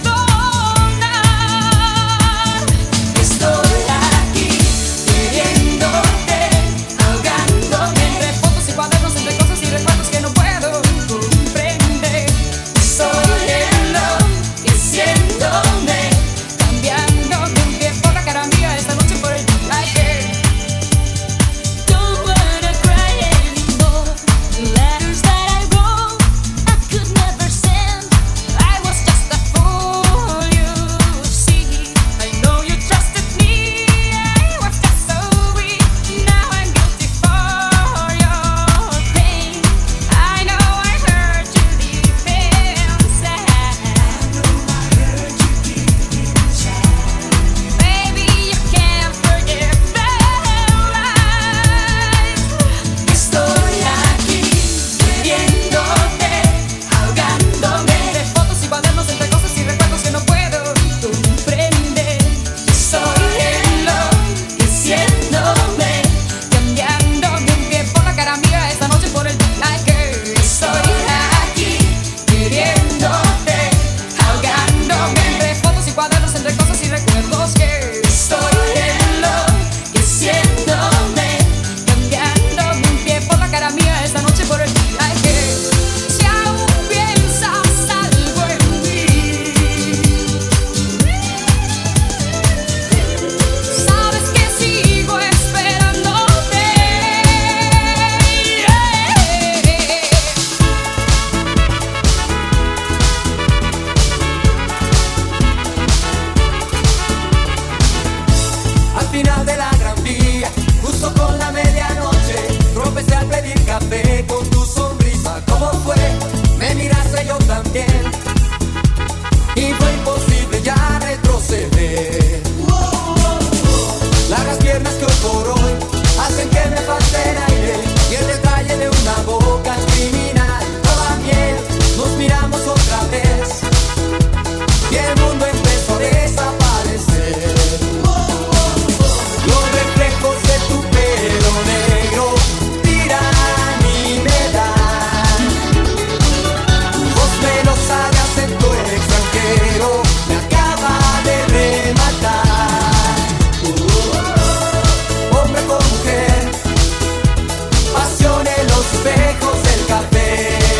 perdonar. Estoy aquí queriéndote, ahogándome entre fotos y cuadernos, entre cosas y recuerdos que no puedo comprender. Estoy enloqueciéndome, cambiándome un pie por la cara mía esta noche por el like it. Don't wanna cry anymore. The letters that I wrote I could never send. I was just a fool, you see. I know you trusted me, I was just so weak. Now I'm guilty for your pain. I know I hurt you deep inside. Baby, you can't forget that lies. Estoy aquí queriéndote, ahogándome entre fotos y cuadernos, entre cosas y recuerdos que no puedo comprender. Estoy enloqueciéndome, cambiándome un pie por la cara mía esta noche por el like it. Estoy aquí queriéndote, ahogándome entre fotos y cuadernos, entre cosas y recuerdos que estoy enloqueciéndome, cambiándome un pie por la cara mía esta noche por el like it. Si aún piensas algo en mí, sabes que sigo esperándote. Al final de la gran vía, justo con la medianoche, tropecé al pedir café con tu sonrisa. ¿Cómo fue? Me miraste yo también, y fue imposible ya retroceder. Largas piernas que hoy por hoy hacen que me falte el aire, y el detalle de una boca criminal, toda miel. Nos miramos otra vez, y el mundo empezó a desaparecer. Los reflejos de tu pelo negro tiran y me dan. Tu voz melosa de acento extranjero me acaba de rematar. Uh, hombre con mujer, pasión en los espejos del café.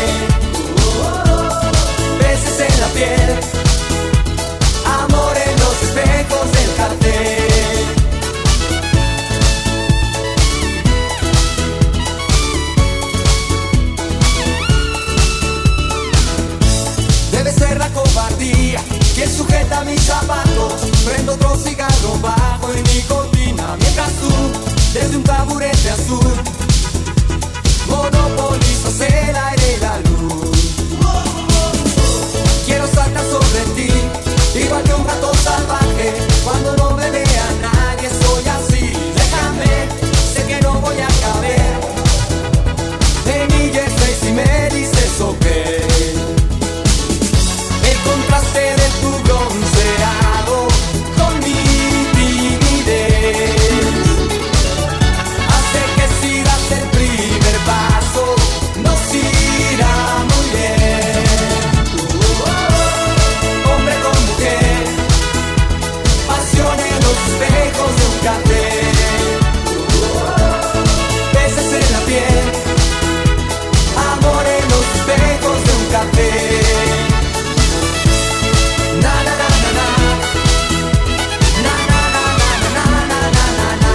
Uh, besos en la piel, amor en los espejos del café. Debe ser la cobardía quien sujeta mis zapatos. Prendo otro cigarro bajo en mi cortina, mientras tú, desde un taburete azul, monopolizas el aire y la luz. Quiero saltar sobre ti, igual que un gato salvaje. Cuando no me vea nadie soy así. Déjame, sé que no voy a caber en mi jersey si me dices ok. El contraste de tu bronceado con mi timidez hace que si das el primer paso nos irá muy bien. Uh, hombre con mujer, pasión en los espejos de un café. Uh, besos en la piel, amor en los espejos de un café. Na na na na na, na na na na na na na na na,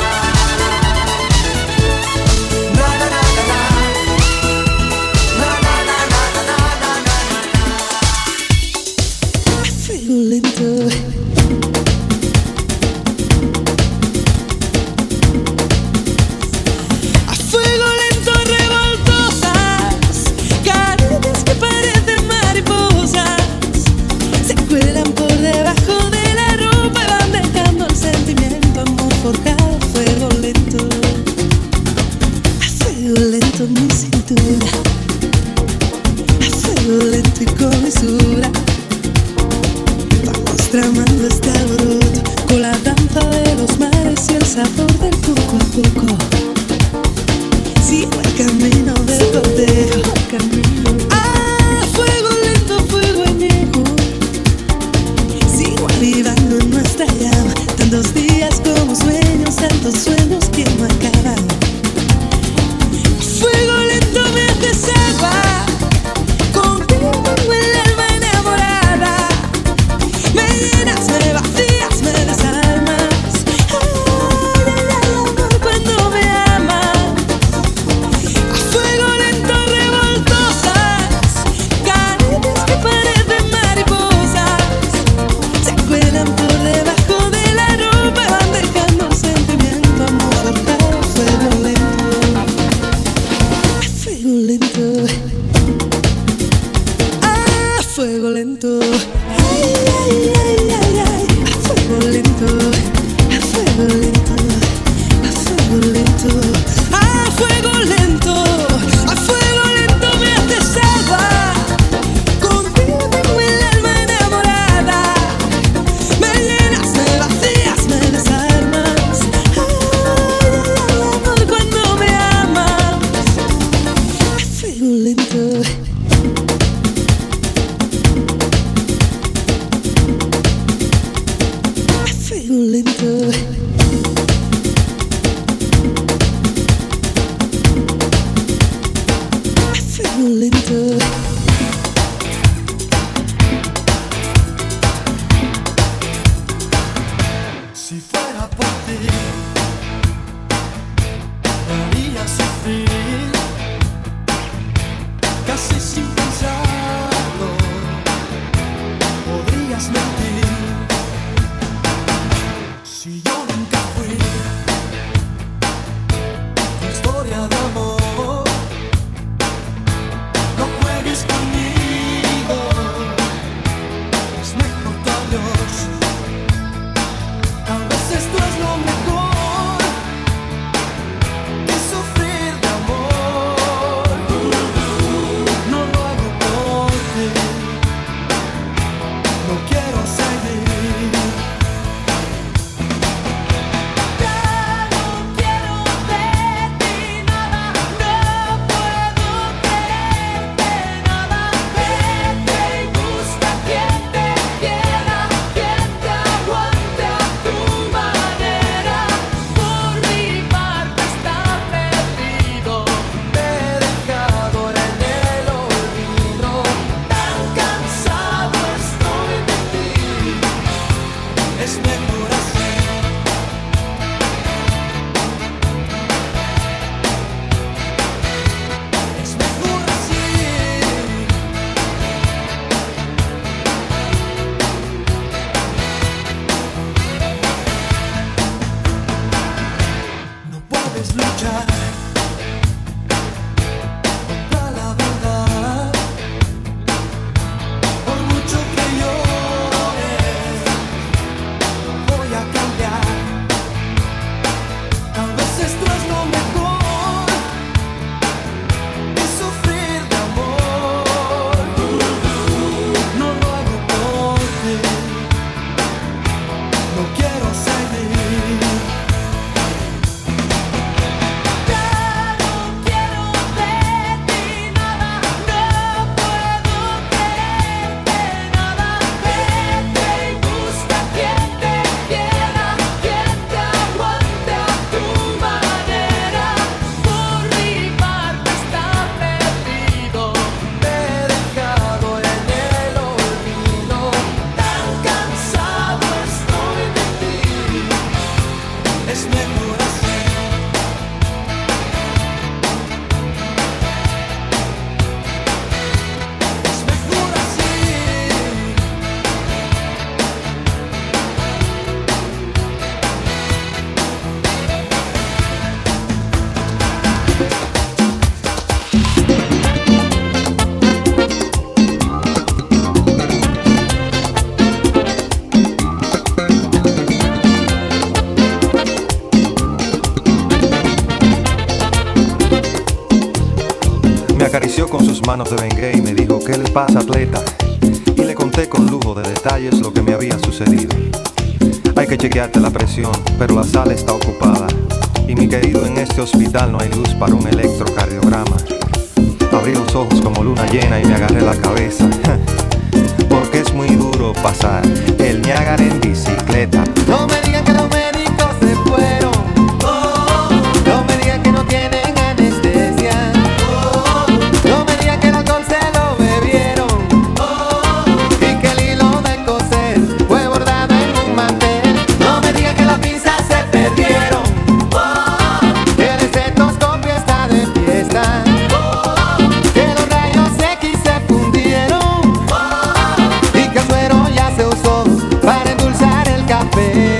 na na na na na, na na na na na na na. A fuego lento, a fuego lento revoltosas, cadenas que parecen mariposas. tramando este alboroto con la danza de los mares y el sabor del poco a poco. Sigo el camino del cortejo. Ah, fuego lento, fuego añejo. Sigo avivando en nuestra llama. Tantos días como sueños, tantos sueños que no acaban. Fuego lento me hace salvar. Contigo tengo el alma enamorada. Me llenas, me vacías, me desarmas. Ay, ay, ay, amor, cuando me amas. A fuego lento revoltosas, caricias que parecen mariposas. Se cuelan por debajo de la ropa, van dejando el sentimiento amortado. A fuego lento, a fuego lento. A fuego lento, ay, ay, ay, ay, ay. A fuego lento, a fuego lento, a fuego lento, a fuego lento, a fuego lento me hace salvar. Contigo tengo el alma enamorada. Me llenas, me vacías, me desarmas. Ay, ay, ay, amor, cuando me amas. A fuego lento. Fuego lento. Fuego lento. Si fuera por ti, me haría sufrir, casi sin pensarlo, podrías mentir. Si yo nunca fui tu historia de amor, no juegues conmigo, es mejor tu adiós. Tal vez esto es lo mejor que sufrir de amor. No lo hago por ti, no quiero seguir. Ya no quiero de ti nada, no puedo quererte nada. Vete y busca quien te quiera, quien te aguante a tu manera. Por mi parte está perdido, Te he dejado en el olvido, tan cansado estoy de ti. es mejor así. Es mejor así. No puedes luchar contra la verdad, por mucho que llores, no voy a cambiar. Tal vez esto es lo mejor que sufrir de amor. No lo hago por ti, no quiero seguir. Ya no quiero de ti nada, no puedo quererte nada. Vete y busca quien te quiera, quien te aguante a tu manera. Por mi parte está perdido, Te he dejado en el olvido, tan cansado estoy de ti. es mejor así. Es mejor así. Me acarició con sus manos de Bengay y me dijo, ¿qué le pasa, atleta? Y le conté conté con lujo de detalles lo que me había sucedido. Hay que chequearte la presión, pero la sala está ocupada. Y mi querido, en este hospital no hay luz para un electrocardiograma. Abrí los ojos como luna llena y me agarré la cabeza. Porque es muy duro pasar el Niágara en bicicleta. No me digan que los médicos se fueron. Oh, no me digan que no tienen anestesia. Oh, no me digan que el alcohol se lo bebieron. Oh, y que el hilo de coser fue bordado en un mantel. No me digan que las pinzas se perdieron. Oh, que el estetoscopio está de fiesta. Oh, que los rayos X se fundieron. Oh, y que el suero ya se usó para endulzar el café.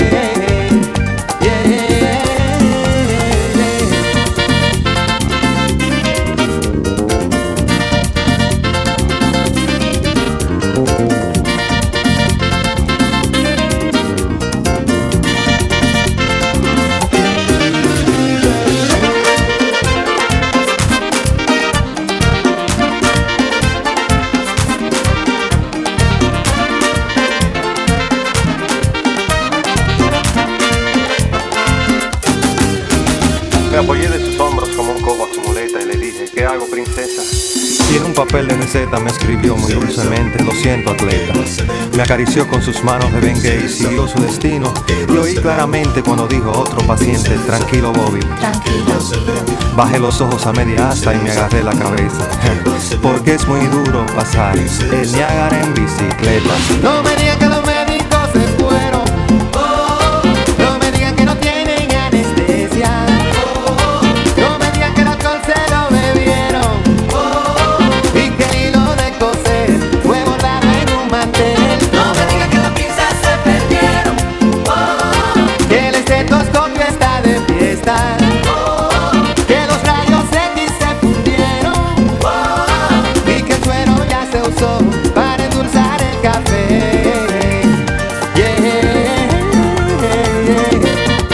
Me apoyé de sus hombros como un cobo a su muleta y le dije, ¿qué hago, princesa? Y en un papel de receta me escribió muy dulcemente, lo siento, atleta. Me acarició con sus manos de Bengay y siguió su destino. Y oí claramente cuando dijo otro paciente, tranquilo, Bobby. Bajé los ojos a media asta y me agarré la cabeza. Porque es muy duro pasar el Niágara en bicicleta. No me digan que los médicos se fueron. Oh, no me digan que no tienen anestesia. Oh, no me digan que el alcohol se lo bebieron. Oh, y que el hilo de coser fue bordado en un mantel. No me digan que las pinzas se perdieron. Oh, que el estetoscopio está de fiesta. Oh, que los rayos X se fundieron. Oh, y que el suero ya se usó para endulzar el café. Yeah, yeah, yeah.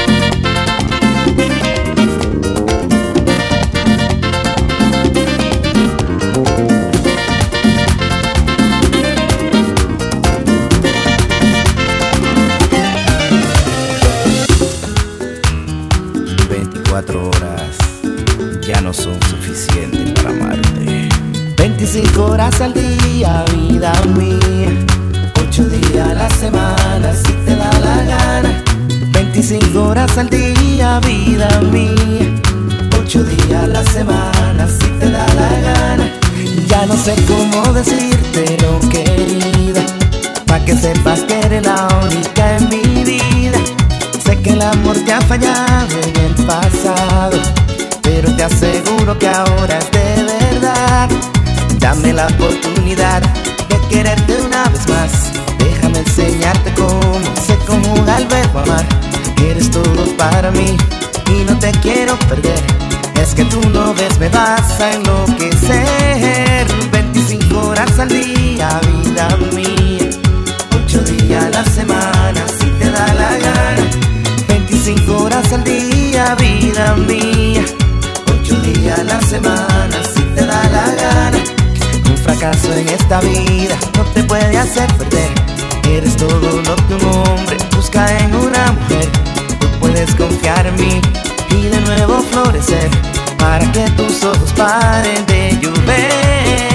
veinticuatro horas ya no son suficientes para amarte. veinticinco horas al día, vida mía. ocho días a la semana, si te da la gana. veinticinco horas al día, vida mía. ocho días a la semana, si te da la gana. Ya no sé cómo decírtelo, querida, pa' que sepas que eres la única en mi vida. Sé que el amor te ha fallado en el pasado, pero te aseguro que ahora es de verdad. Dame la oportunidad de quererte una vez más. Déjame enseñarte cómo se conjuga el verbo amar. Eres todo para mí y no te quiero perder. Es que tú no ves, me vas a enloquecer. veinticinco horas al día, vida mía. ocho días a la semana, si te da la gana. veinticinco horas al día, vida mía. ocho días a la semana, si te da la gana. Un fracaso en esta vida no te puede hacer perder. Eres todo lo que un hombre busca en una mujer. Tú puedes confiar en mí y de nuevo florecer, para que tus ojos paren de llover.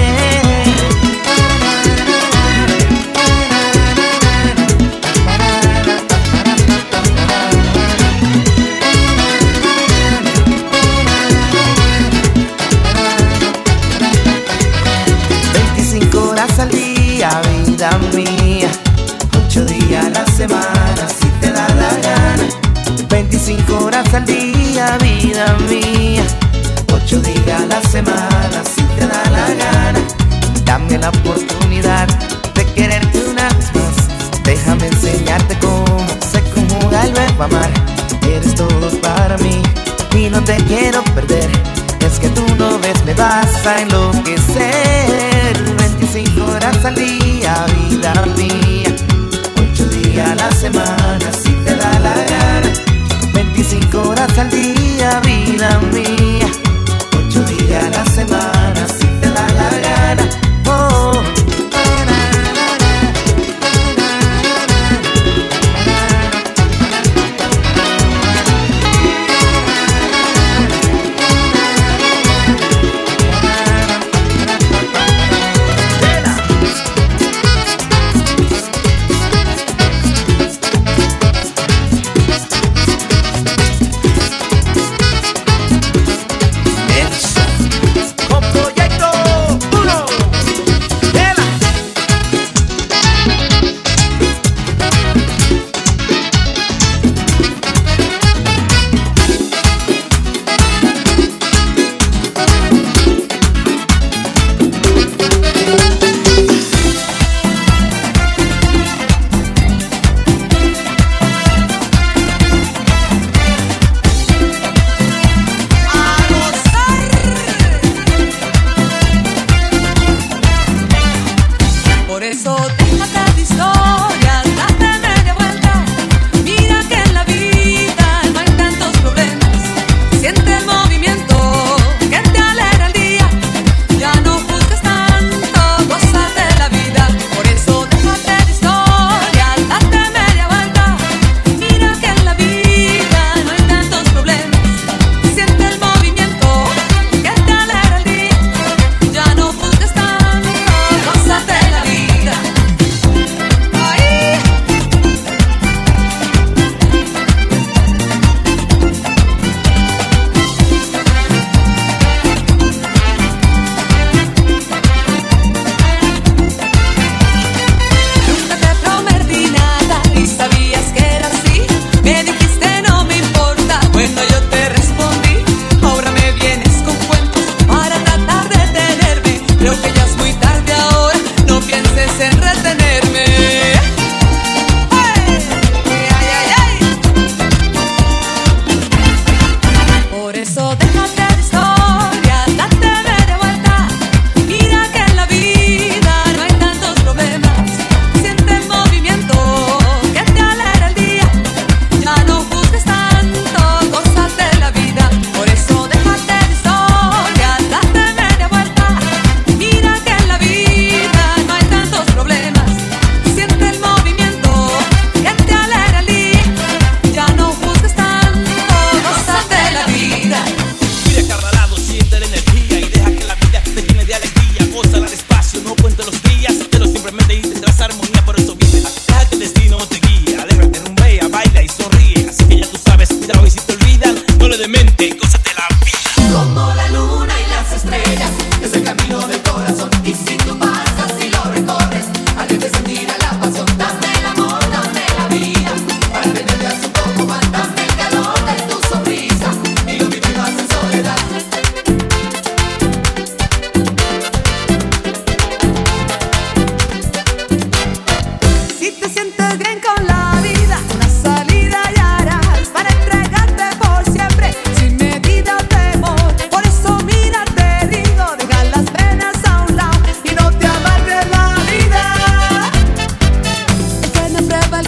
veinticinco horas al día, vida mía. ocho días a la semana, si te da la gana. veinticinco horas al día, vida mía. ocho días a la semana, si te da la gana. Dame la oportunidad de quererte una vez más. Déjame enseñarte cómo se conjuga el verbo amar. Eres todo para mí y no te quiero perder. Es que tú no ves, me vas a enloquecer. veinticinco horas al día, vida mía. ocho días a la semana, si te da la gana. veinticinco horas al día, vida mía. ocho días a la semana, si te da la gana. Oh, na, na, na, na.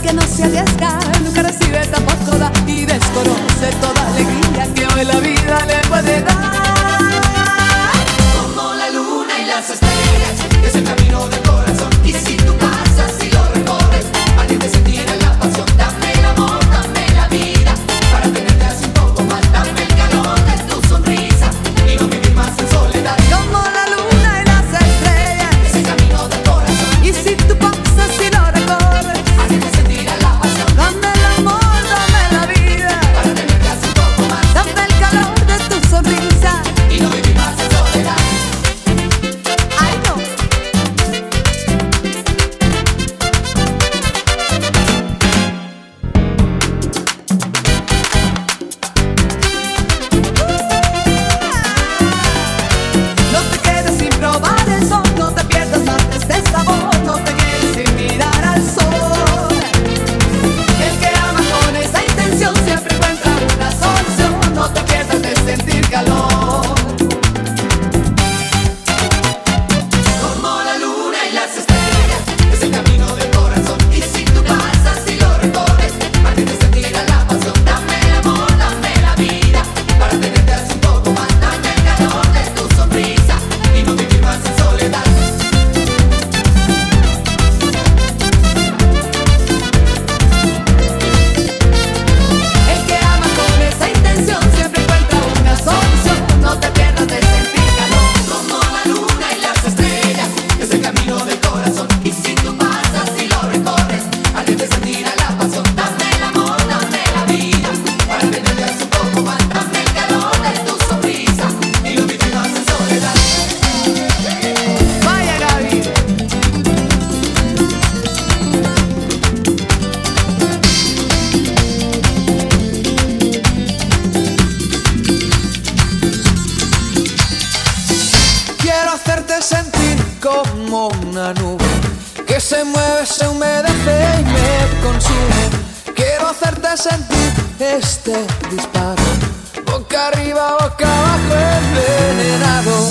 que no se arriesga, nunca recibe, tampoco da y desconoce toda alegría que hoy la vida le puede dar. Como la luna y las estrellas, es el camino del corazón. Y si tú pasas y lo recorres, alguien te sentirá la pasión. Dame el amor, dame la vida, para tenerte así un poco más. Dame el calor de tu sonrisa y no vivir más en soledad. Como la luna y las estrellas, es el camino del corazón. y si tú pasas y lo recorres, alguien te sentirá la pasión. dame el amor, dame la vida, para tenerte así un poco más. dame el calor de tu sonrisa y no vivir más en soledad. Ay, no. No te quedes sin probar el sol, no te pierdas más de este sabor, no te quedes sin mirar al sol. El que ama con esa intención siempre encuentra una solución, no te pierdas de sentir calor. Como la luna y las estrellas, es el camino del corazón. Y si tú pasas y lo recorres, alguien te sentirá la pasión. Dame el amor, dame la vida, para tenerte así un poco más. Dame el calor de tu sonrisa y no vivir más en soledad. El que ama con esa intención siempre encuentra una solución, no te pierdas de sentir calor. Como la luna y las estrellas, es el camino del corazón. Y si tú pasas y lo recorres, alguien te sentirá la pasión. Dame el amor, dame la vida, para tenerte así un poco más. Dame el calor de tu sonrisa y no vivir más en soledad. Vaya Gaby. Quiero hacerte sentir como una nube que se mueve, se humedece y me consume. Quiero hacerte sentir este disparo, boca arriba, boca abajo, envenenado.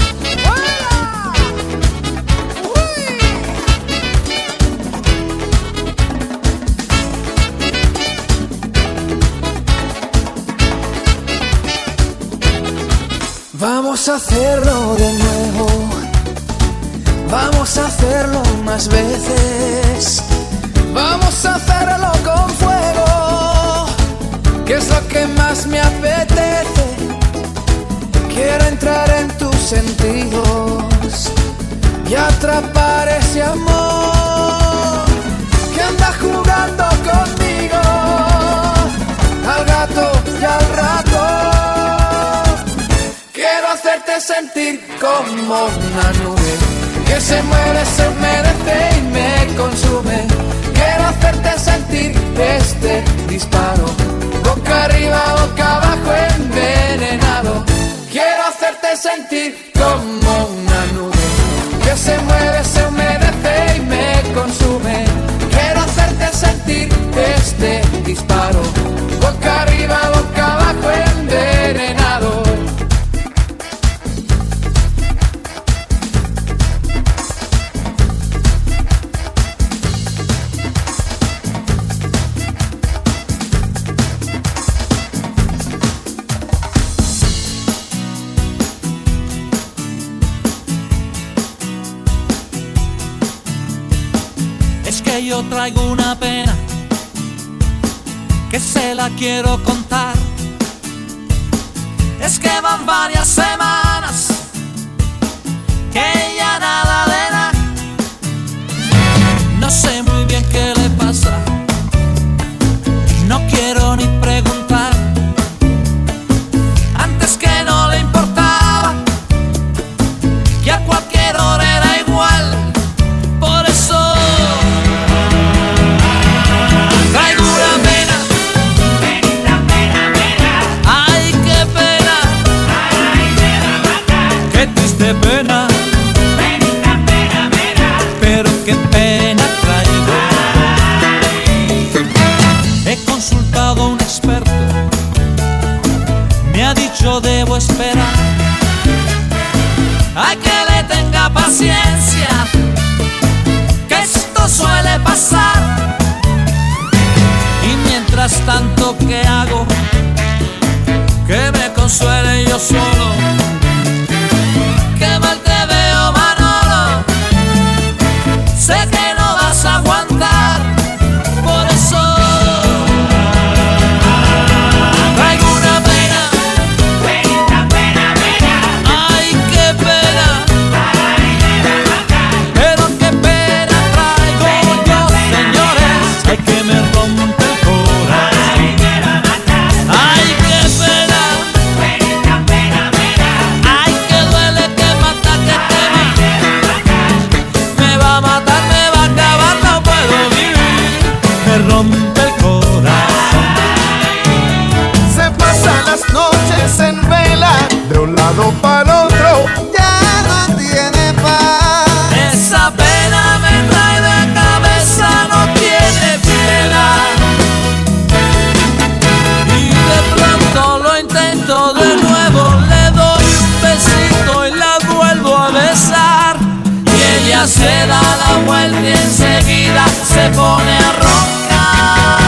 Vamos a hacerlo de nuevo, vamos a hacerlo más veces, vamos a hacerlo con fuego, que es lo que más me apetece. Quiero entrar en tus sentidos y atrapar ese amor que anda jugando conmigo, al gato y al rato. Quiero hacerte sentir como una nube que se mueve, se humedece y me consume. Quiero hacerte sentir este disparo, boca arriba, boca abajo, envenenado. Quiero hacerte sentir como una nube que se mueve, se humedece y me consume. Quiero hacerte sentir este disparo, boca arriba, boca abajo, envenenado. Yo traigo una pena que se la quiero contar. Es que van varias semanas que ya nada de nada. No sé muy bien qué le pasa, no quiero ni preguntar. Antes que no le importaba, que a cualquier hora era igual. Por eso traigo una pena, ay qué pena, qué triste pena, pero qué pena traigo. He consultado a un experto, me ha dicho debo esperar a que le tenga paciencia, que esto suele pasar. tanto que hago que me consuele yo solo. Qué mal te veo, Manolo, sé que no vas a aguantar, por eso traigo una pena, pena, pena, pena. Ay, qué pena, pero qué pena traigo yo, señores. Ay, que me rompe el corazón. Ay, qué pena, pena, pena, pena. Ay, que duele, que mata, que quema. Me va a matar, me va a acabar, no puedo vivir. Me rompe el corazón. Se pasan las noches en vela, de un lado para el otro, ya no tiene paz. Esa pena me trae de cabeza, no tiene piedad. Y de pronto lo intento de nuevo, le doy un besito y la vuelvo a besar. Y ella se da la vuelta y enseguida se pone a roncar.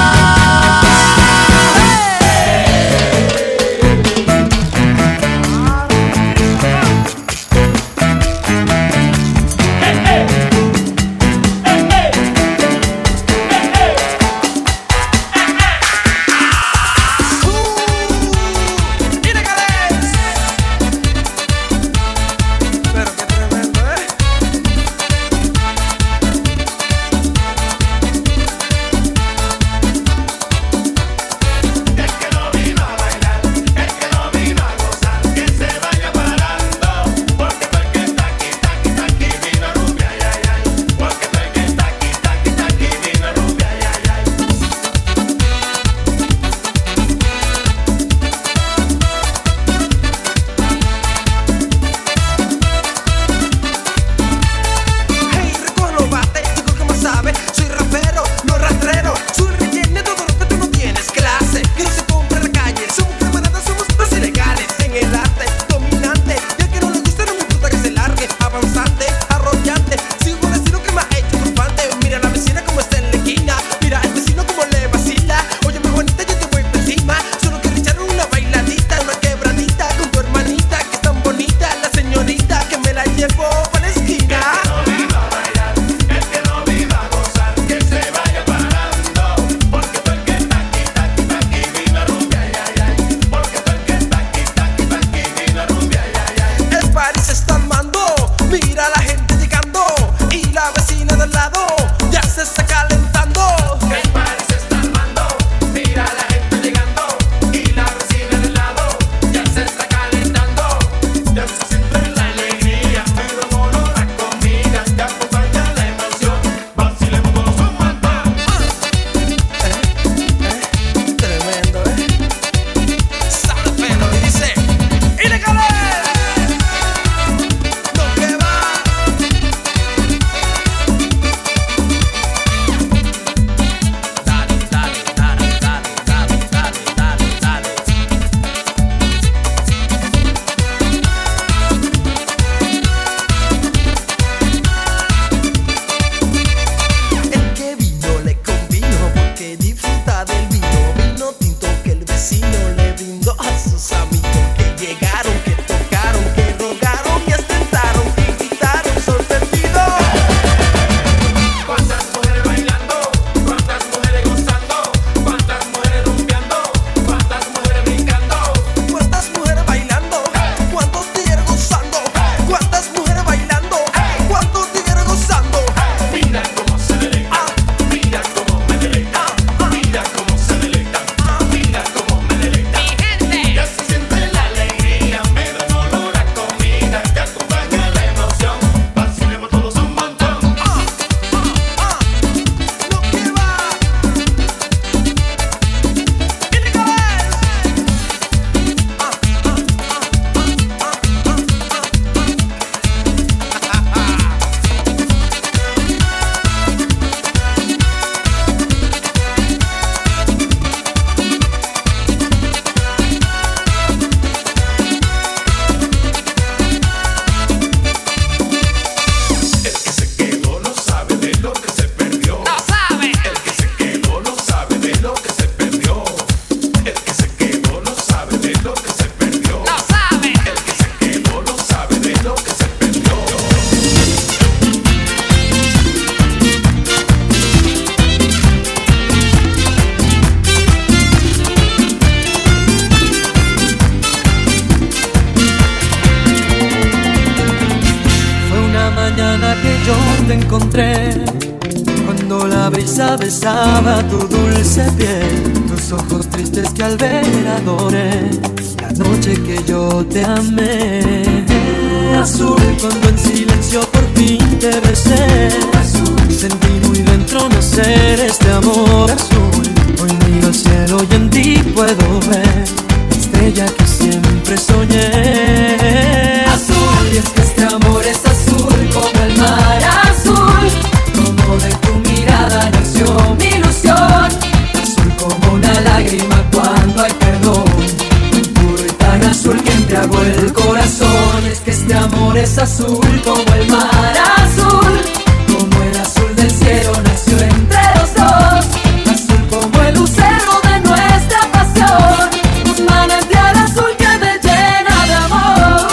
encontré cuando la brisa besaba tu dulce piel, tus ojos tristes que al ver adoré, la noche que yo te amé. Azul, cuando en silencio por fin te besé, azul, sentí muy dentro nacer este amor azul. Hoy miro al cielo y en ti puedo ver la estrella que siempre soñé. Azul, y es que este amor es azul como el mar azul, como de tu mirada nació mi ilusión. Azul como una lágrima cuando hay perdón, tan puro y tan azul que embriagó el corazón. Es que este amor es azul como el mar azul, como el azul del cielo nació entre los dos. Azul como el lucero de nuestra pasión, un manantial azul que me llena de amor.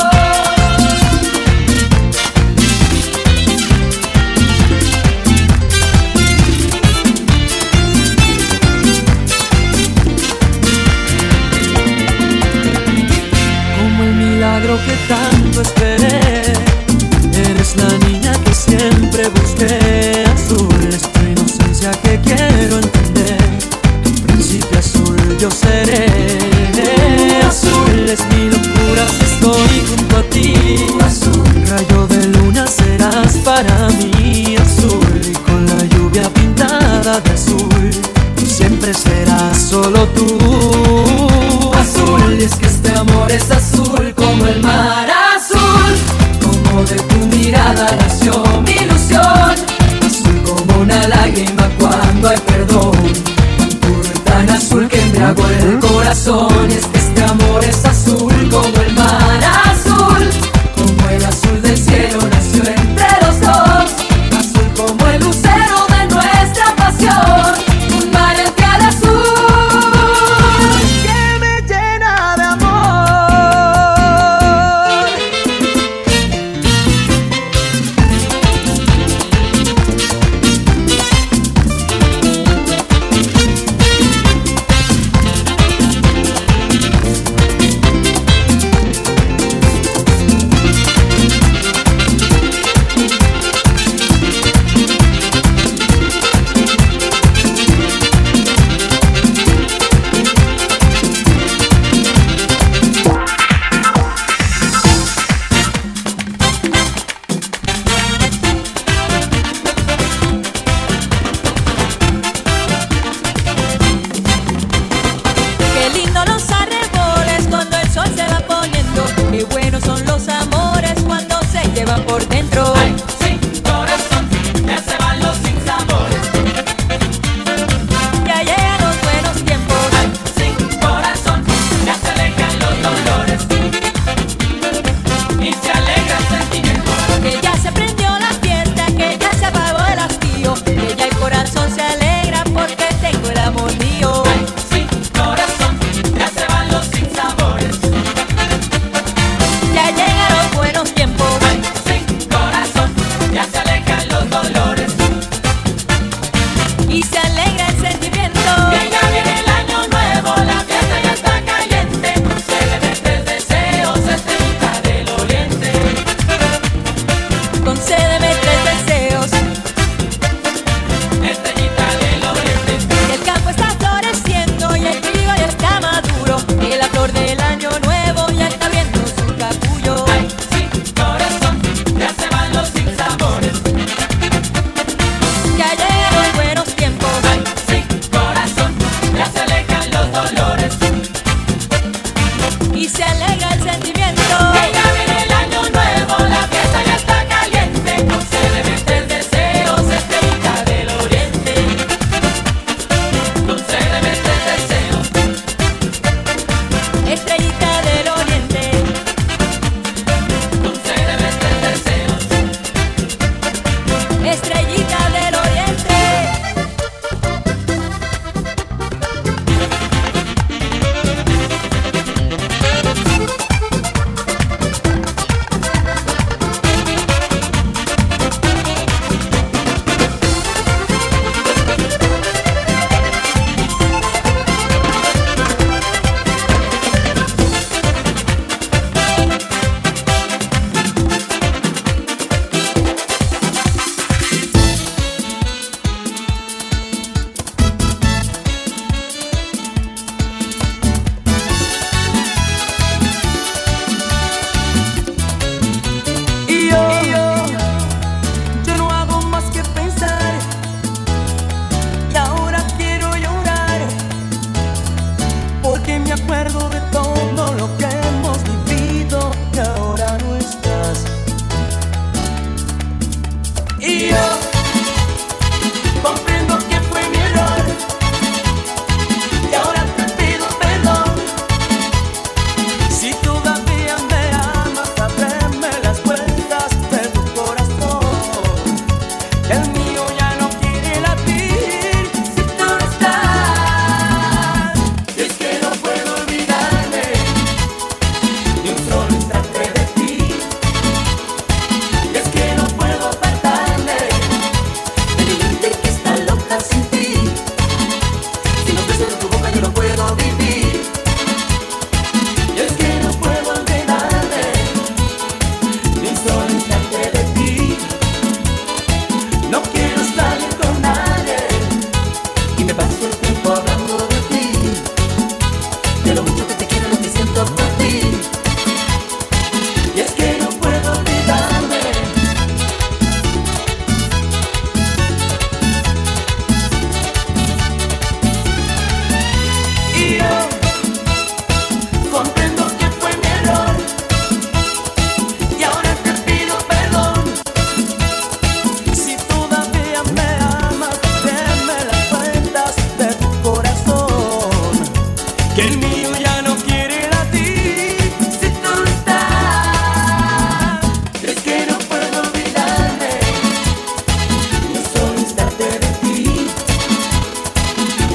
Como el milagro que tanto esperé, eres la niña que siempre busqué. Azul es tu inocencia que quiero entender, tu príncipe azul yo seré. Azul es mi locura si estoy junto a ti. Azul, rayo de luna serás para mí. Azul, y con la lluvia pintada de azul, siempre serás solo tú. Azul, y es que este amor es azul como el mar azul, como de tu mirada nació mi ilusión. Azul como una lágrima cuando hay perdón, tan puro y tan azul que embriagó el corazón. Y es que este amor es azul como el mar azul, como el azul del cielo nació entre los dos. Azul como el lucero de nuestra pasión, un manantial azul que me llena de amor.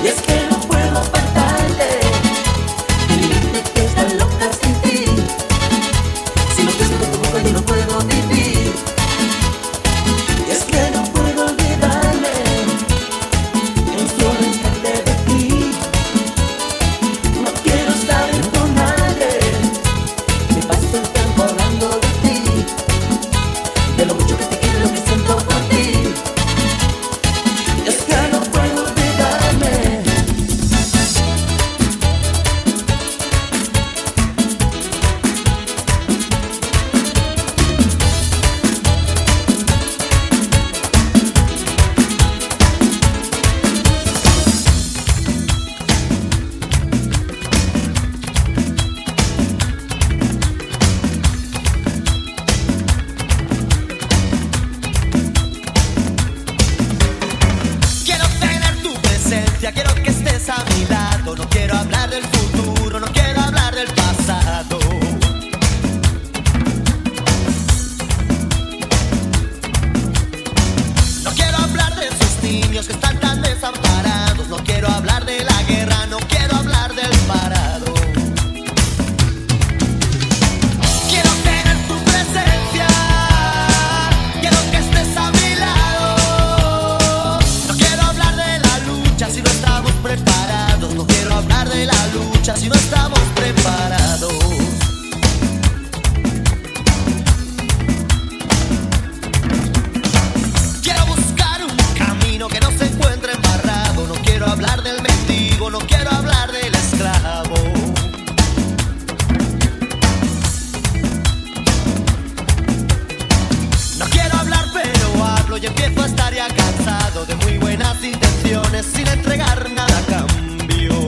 Y es que no puedo apartarte de mi mente que está loca sin ti. Si no pienso en tu boca yo no puedo vivir. Y es que no puedo olvidarme de un solo instante de ti. No quiero estar con nadie. Me paso el tiempo hablando de ti, de lo mucho que te quiero, lo que siento por ti. Y es que no puedo olvidarme. Quiero tener tu presencia, quiero que estés a mi lado. No quiero hablar del futuro, no quiero hablar del pasado. No quiero hablar de esos niños que están tan desamparados. No quiero hablar de la guerra, no quiero hablar del parado. Quiero tener tu presencia, quiero que estés a mi lado. No quiero hablar de la lucha si no estamos preparados. No quiero hablar de la lucha si no estamos preparados. Quiero buscar un camino que no se encuentre embarrado. No quiero hablar del mendigo, no quiero hablar del esclavo. No quiero hablar pero hablo y empiezo a estar ya cansado de muy buenas intenciones sin entregar nada a cambio.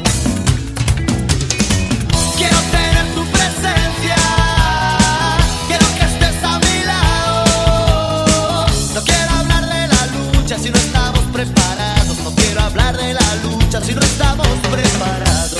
Quiero tener tu presencia, quiero que estés a mi lado. No quiero hablar de la lucha si no estamos preparados. No quiero hablar de la lucha si no estamos preparados.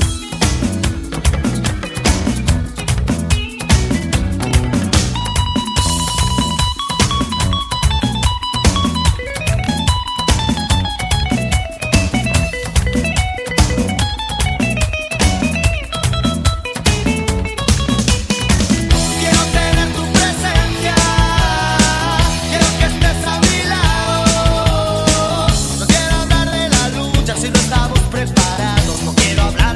Quiero tener tu presencia, quiero que estés a mi lado. No quiero hablar de la lucha si no estamos preparados. No quiero hablar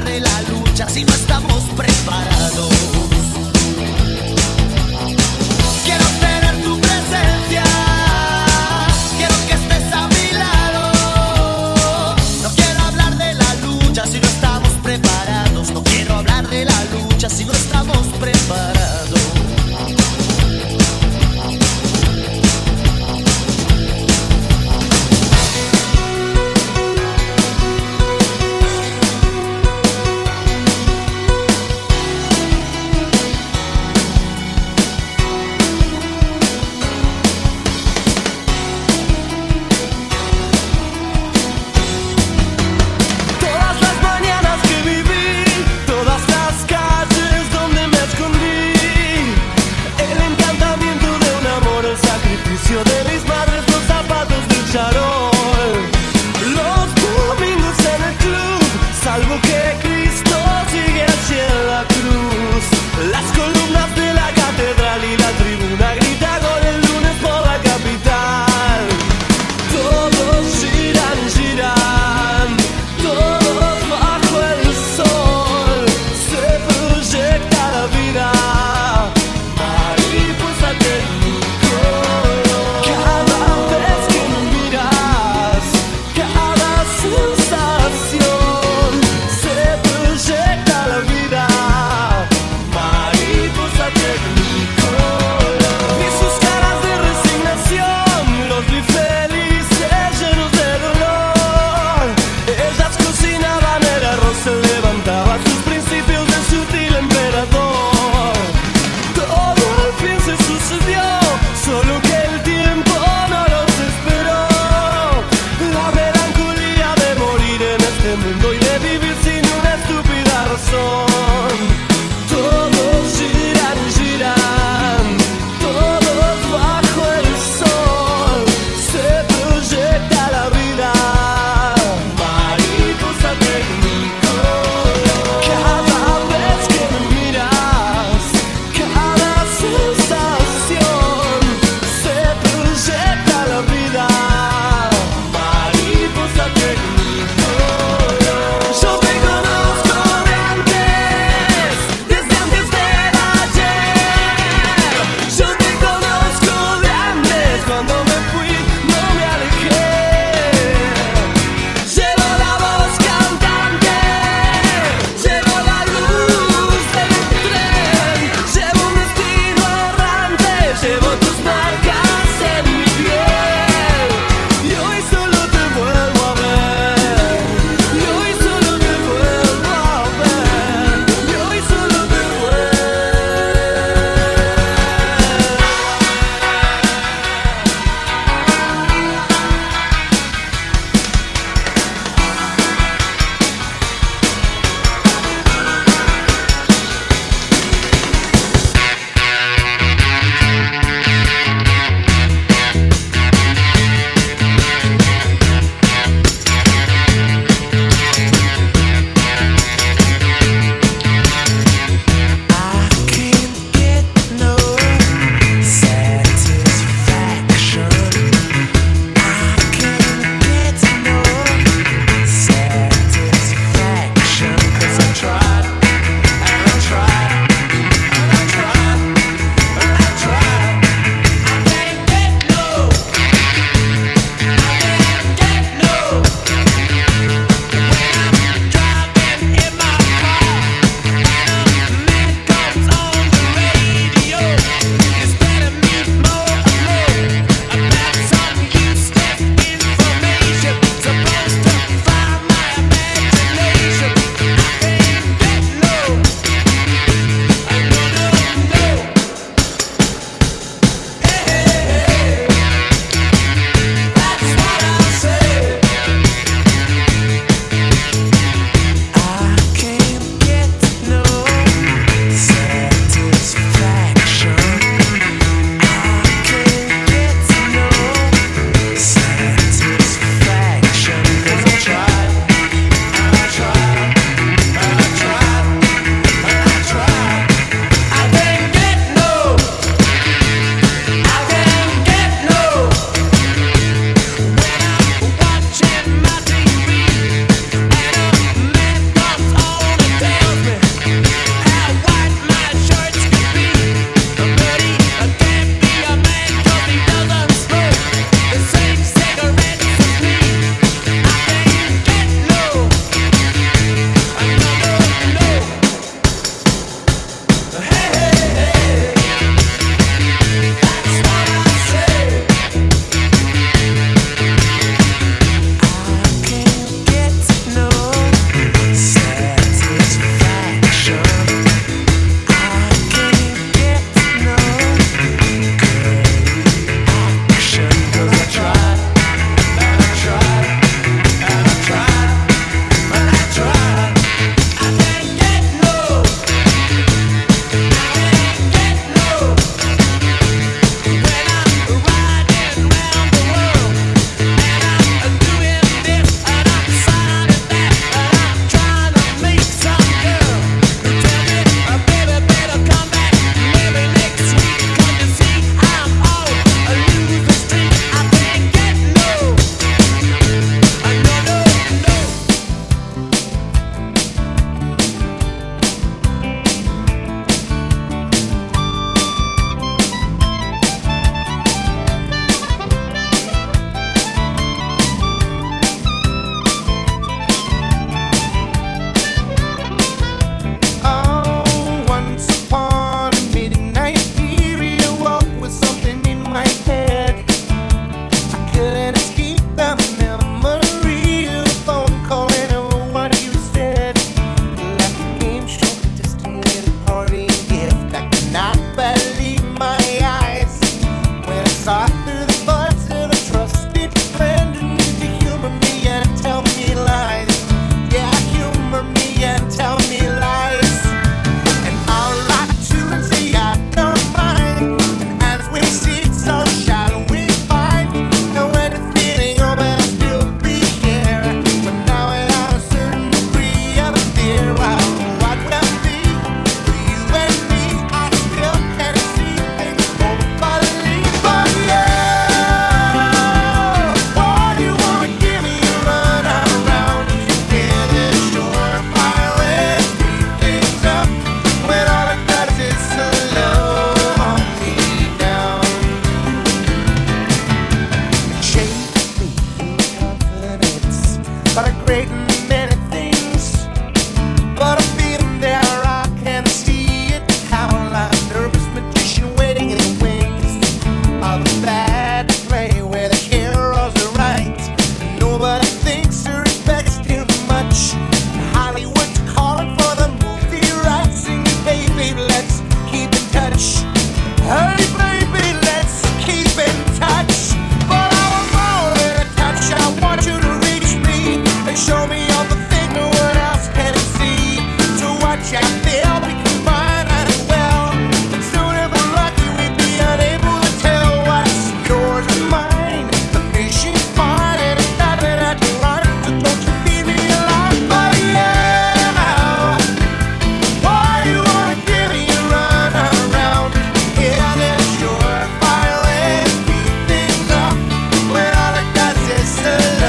and show me all the things no one else can see. To watch I feel we combine as well. Soon if we're lucky we'd be unable to tell what's yours and mine. The fishing's fine and it's nothing at the line. So don't you leave me alone, but yeah. Why you wanna give me a run around? Yeah, there's sure fire speed things up. When all it does is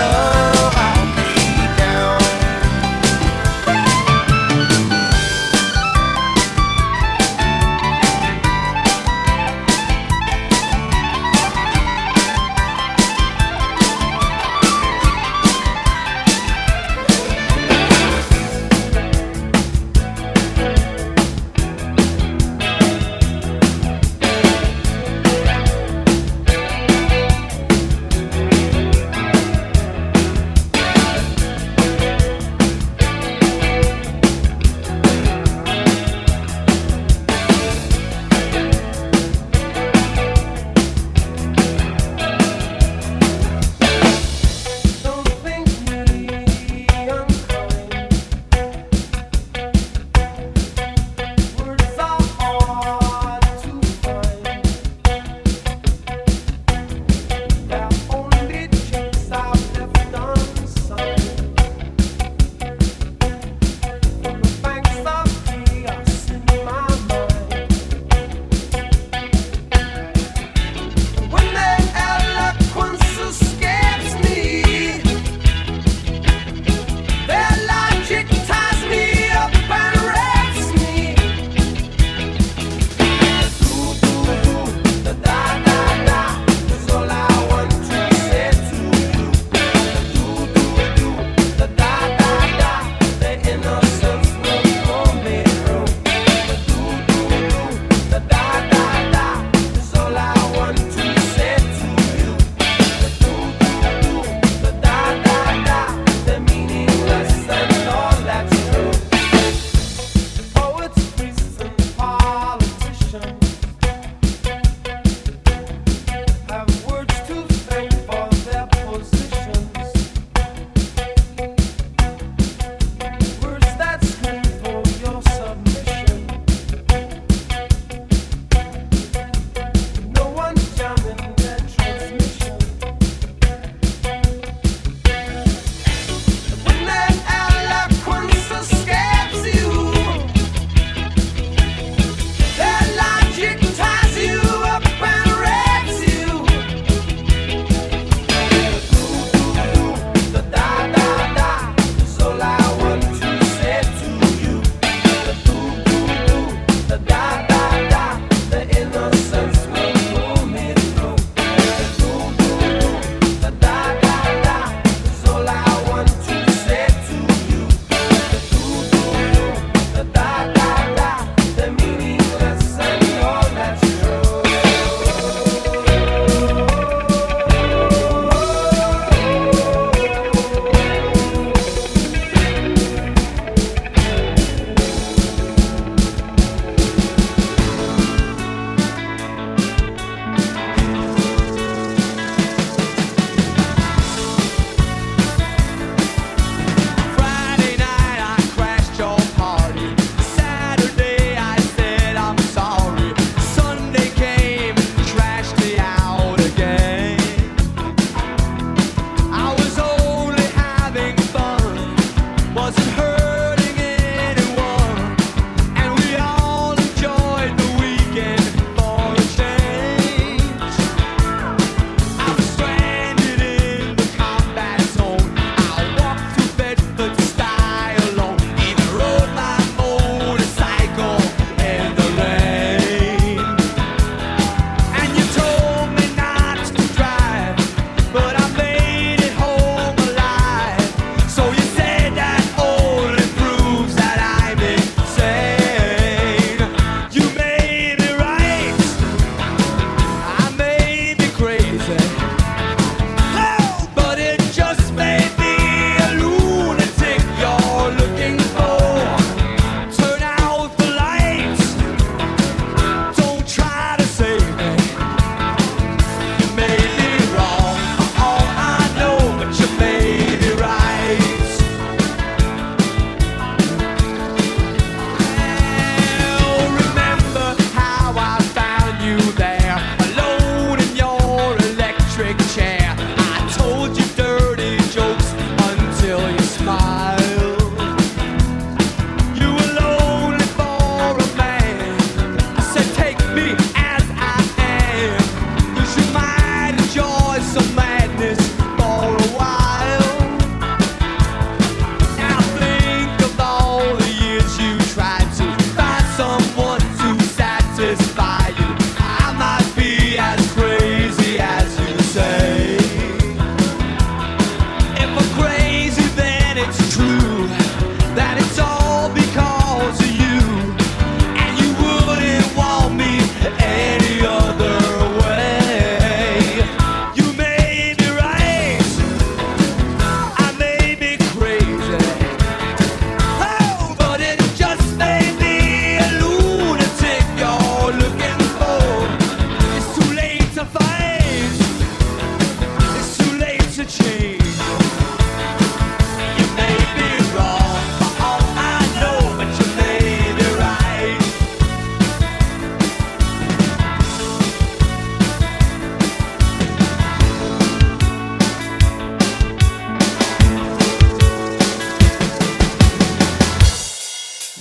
slow I'll be down.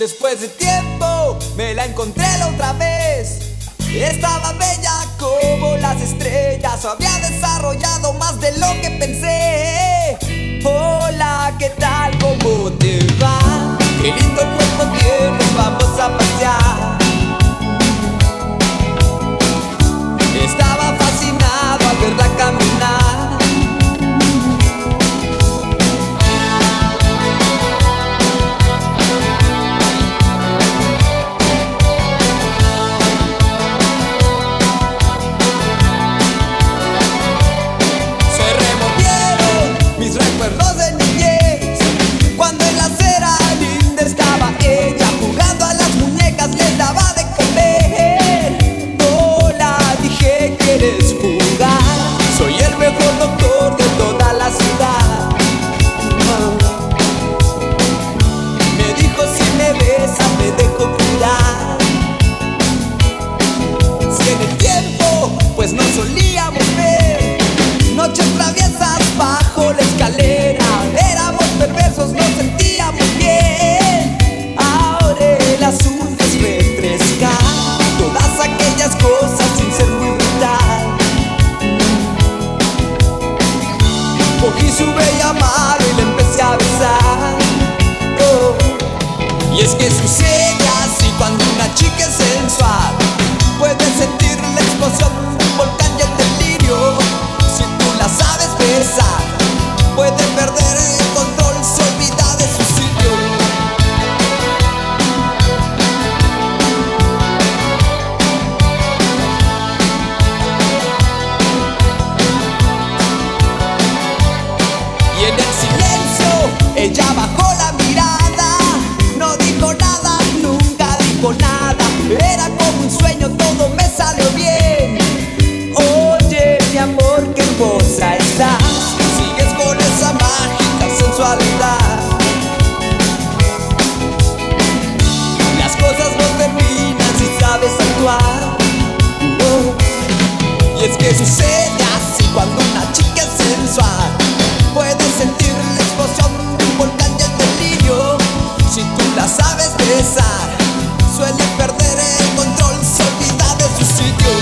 Después de tiempo me la encontré la otra vez. Estaba bella como las estrellas, había desarrollado más de lo que pensé. Hola, ¿qué tal? ¿Cómo te va? Qué lindo cuerpo tienes, vamos a pasear. Estaba fascinado al verla caminar. Recuerdos de niñez, cuando en la acera linda estaba ella, jugando a las muñecas les daba de comer. Hola, dije, ¿quieres jugar? Soy el mejor doctor de toda la ciudad. Me dijo, si me besas me dejo curar. Si en el tiempo pues no solíamos ver noches traviesas bajo la escalera, éramos perversos, nos sentíamos bien. Ahora el asunto es refrescar todas aquellas cosas sin ser muy brutal. Cogí su bella mano y le empecé a besar. Oh. Y es que sucede así cuando una chica es sensual, puedes sentir la explosión de un volcán y el delirio. Si tú la sabes besar, puede perder el control, se olvida de su sitio. Y en el silencio ella bajó la mirada, no dijo nada, nunca dijo nada. Era como un sueño, todo me salió bien. Oye, mi amor, qué hermosa estás, sigues con esa mágica sensualidad. Las cosas no terminan si sabes actuar. Oh. Y es que sucede así cuando una chica es sensual, puedes sentir la explosión de un volcán y el delirio. Si tú la sabes besar, suele perder el control, se olvida de su sitio.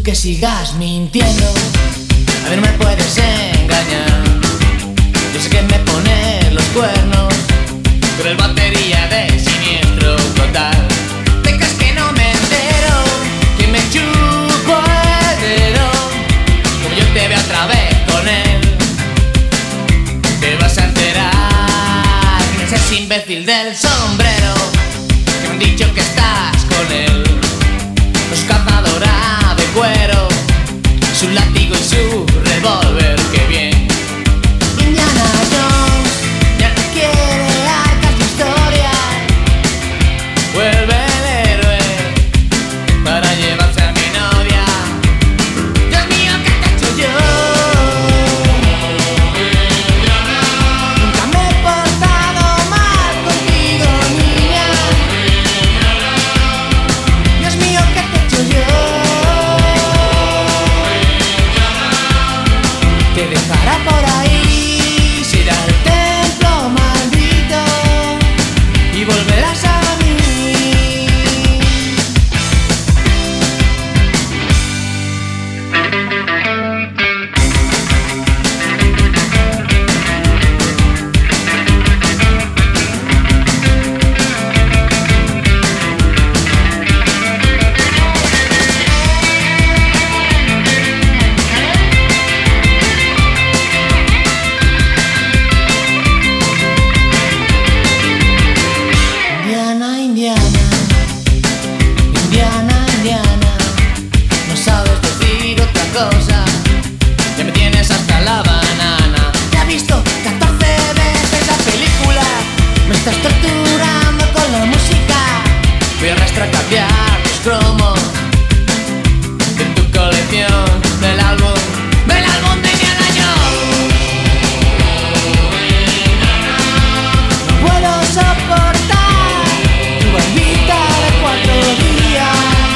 tú que sigas mintiendo. A mí no me puedes engañar. Yo sé que me pones los cuernos, pero el batería de Siniestro Total. ¿Te crees que no me entero? Que me chupo el dedo. Como yo te veo otra vez con él, te vas a enterar que eres ese imbécil del sombrero, que me han dicho que estás con él. Los cazadora de cuero, su látigo y su revólver, qué bien. Indiana Jones ya no quiere arcas de historia. Vuelve el héroe para llevarse a mi novia. Dios mío, ¿qué te he hecho yo? Nunca me he portado mal contigo, niña. Dios mío, ¿qué te he hecho yo? Te dejará por ahí, se irá al templo maldito y volverás a mí. Indiana, Indiana, Indiana, Indiana, no sabes decir otra cosa, ya me tienes hasta la banana. Ya he visto catorce veces la película, me estás torturando con la música. Voy a arrastrar a cambiar los cromos de tu colección, del álbum, del álbum de Indiana Jones. No puedo soportar tu barbita de cuatro días.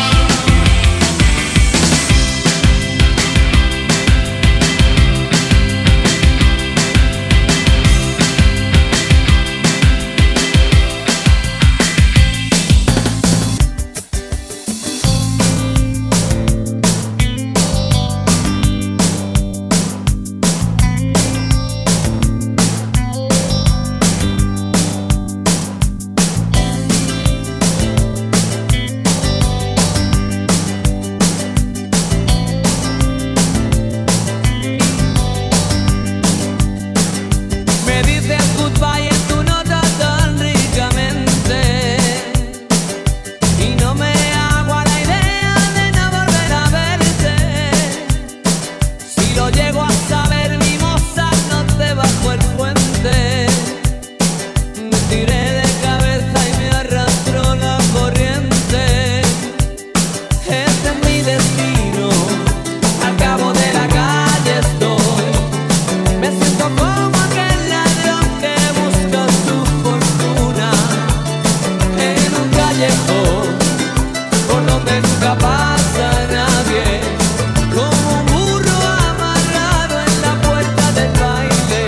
Me dices goodbye en tu nota tan ricamente y no me hago a la idea de no volver a verte. Si lo llego a saber, mi moza, no te bajo el puente. Me tiré de cabeza y me arrastró la corriente. Este es mi destino, al cabo de la calle estoy. Me siento como aquel ladrón que busca su fortuna en un callejón por donde nunca pasa nadie, como un burro amarrado en la puerta del baile.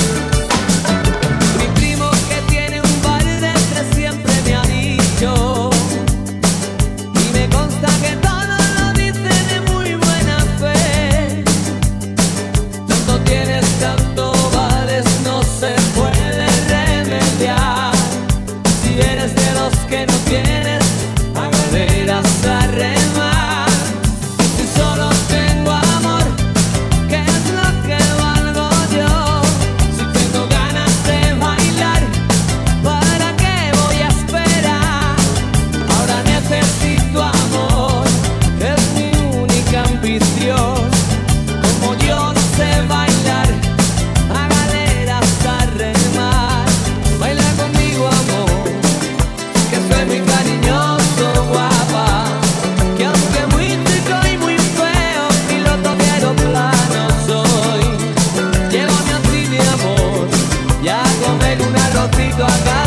Mi primo, que tiene un bar de tres, siempre me ha dicho, y me consta que todo lo dice de muy buena fe: tanto tienes, tanto vales, no se puede remediar. Si eres de los que no tienes, a galeras a remar. Si solo tengo amor, ¿qué es lo que valgo yo? Si tengo ganas de bailar, ¿para qué voy a esperar? Ahora necesito amor, es mi única ambición. Como yo no sé bailar, a galeras a remar. Baila conmigo, amor, que soy muy cariñoso, guapa. Que aunque muy rico y muy feo, piloto de aeroplano soy. Llévame así, mi amor, y a comer un arrocito acá.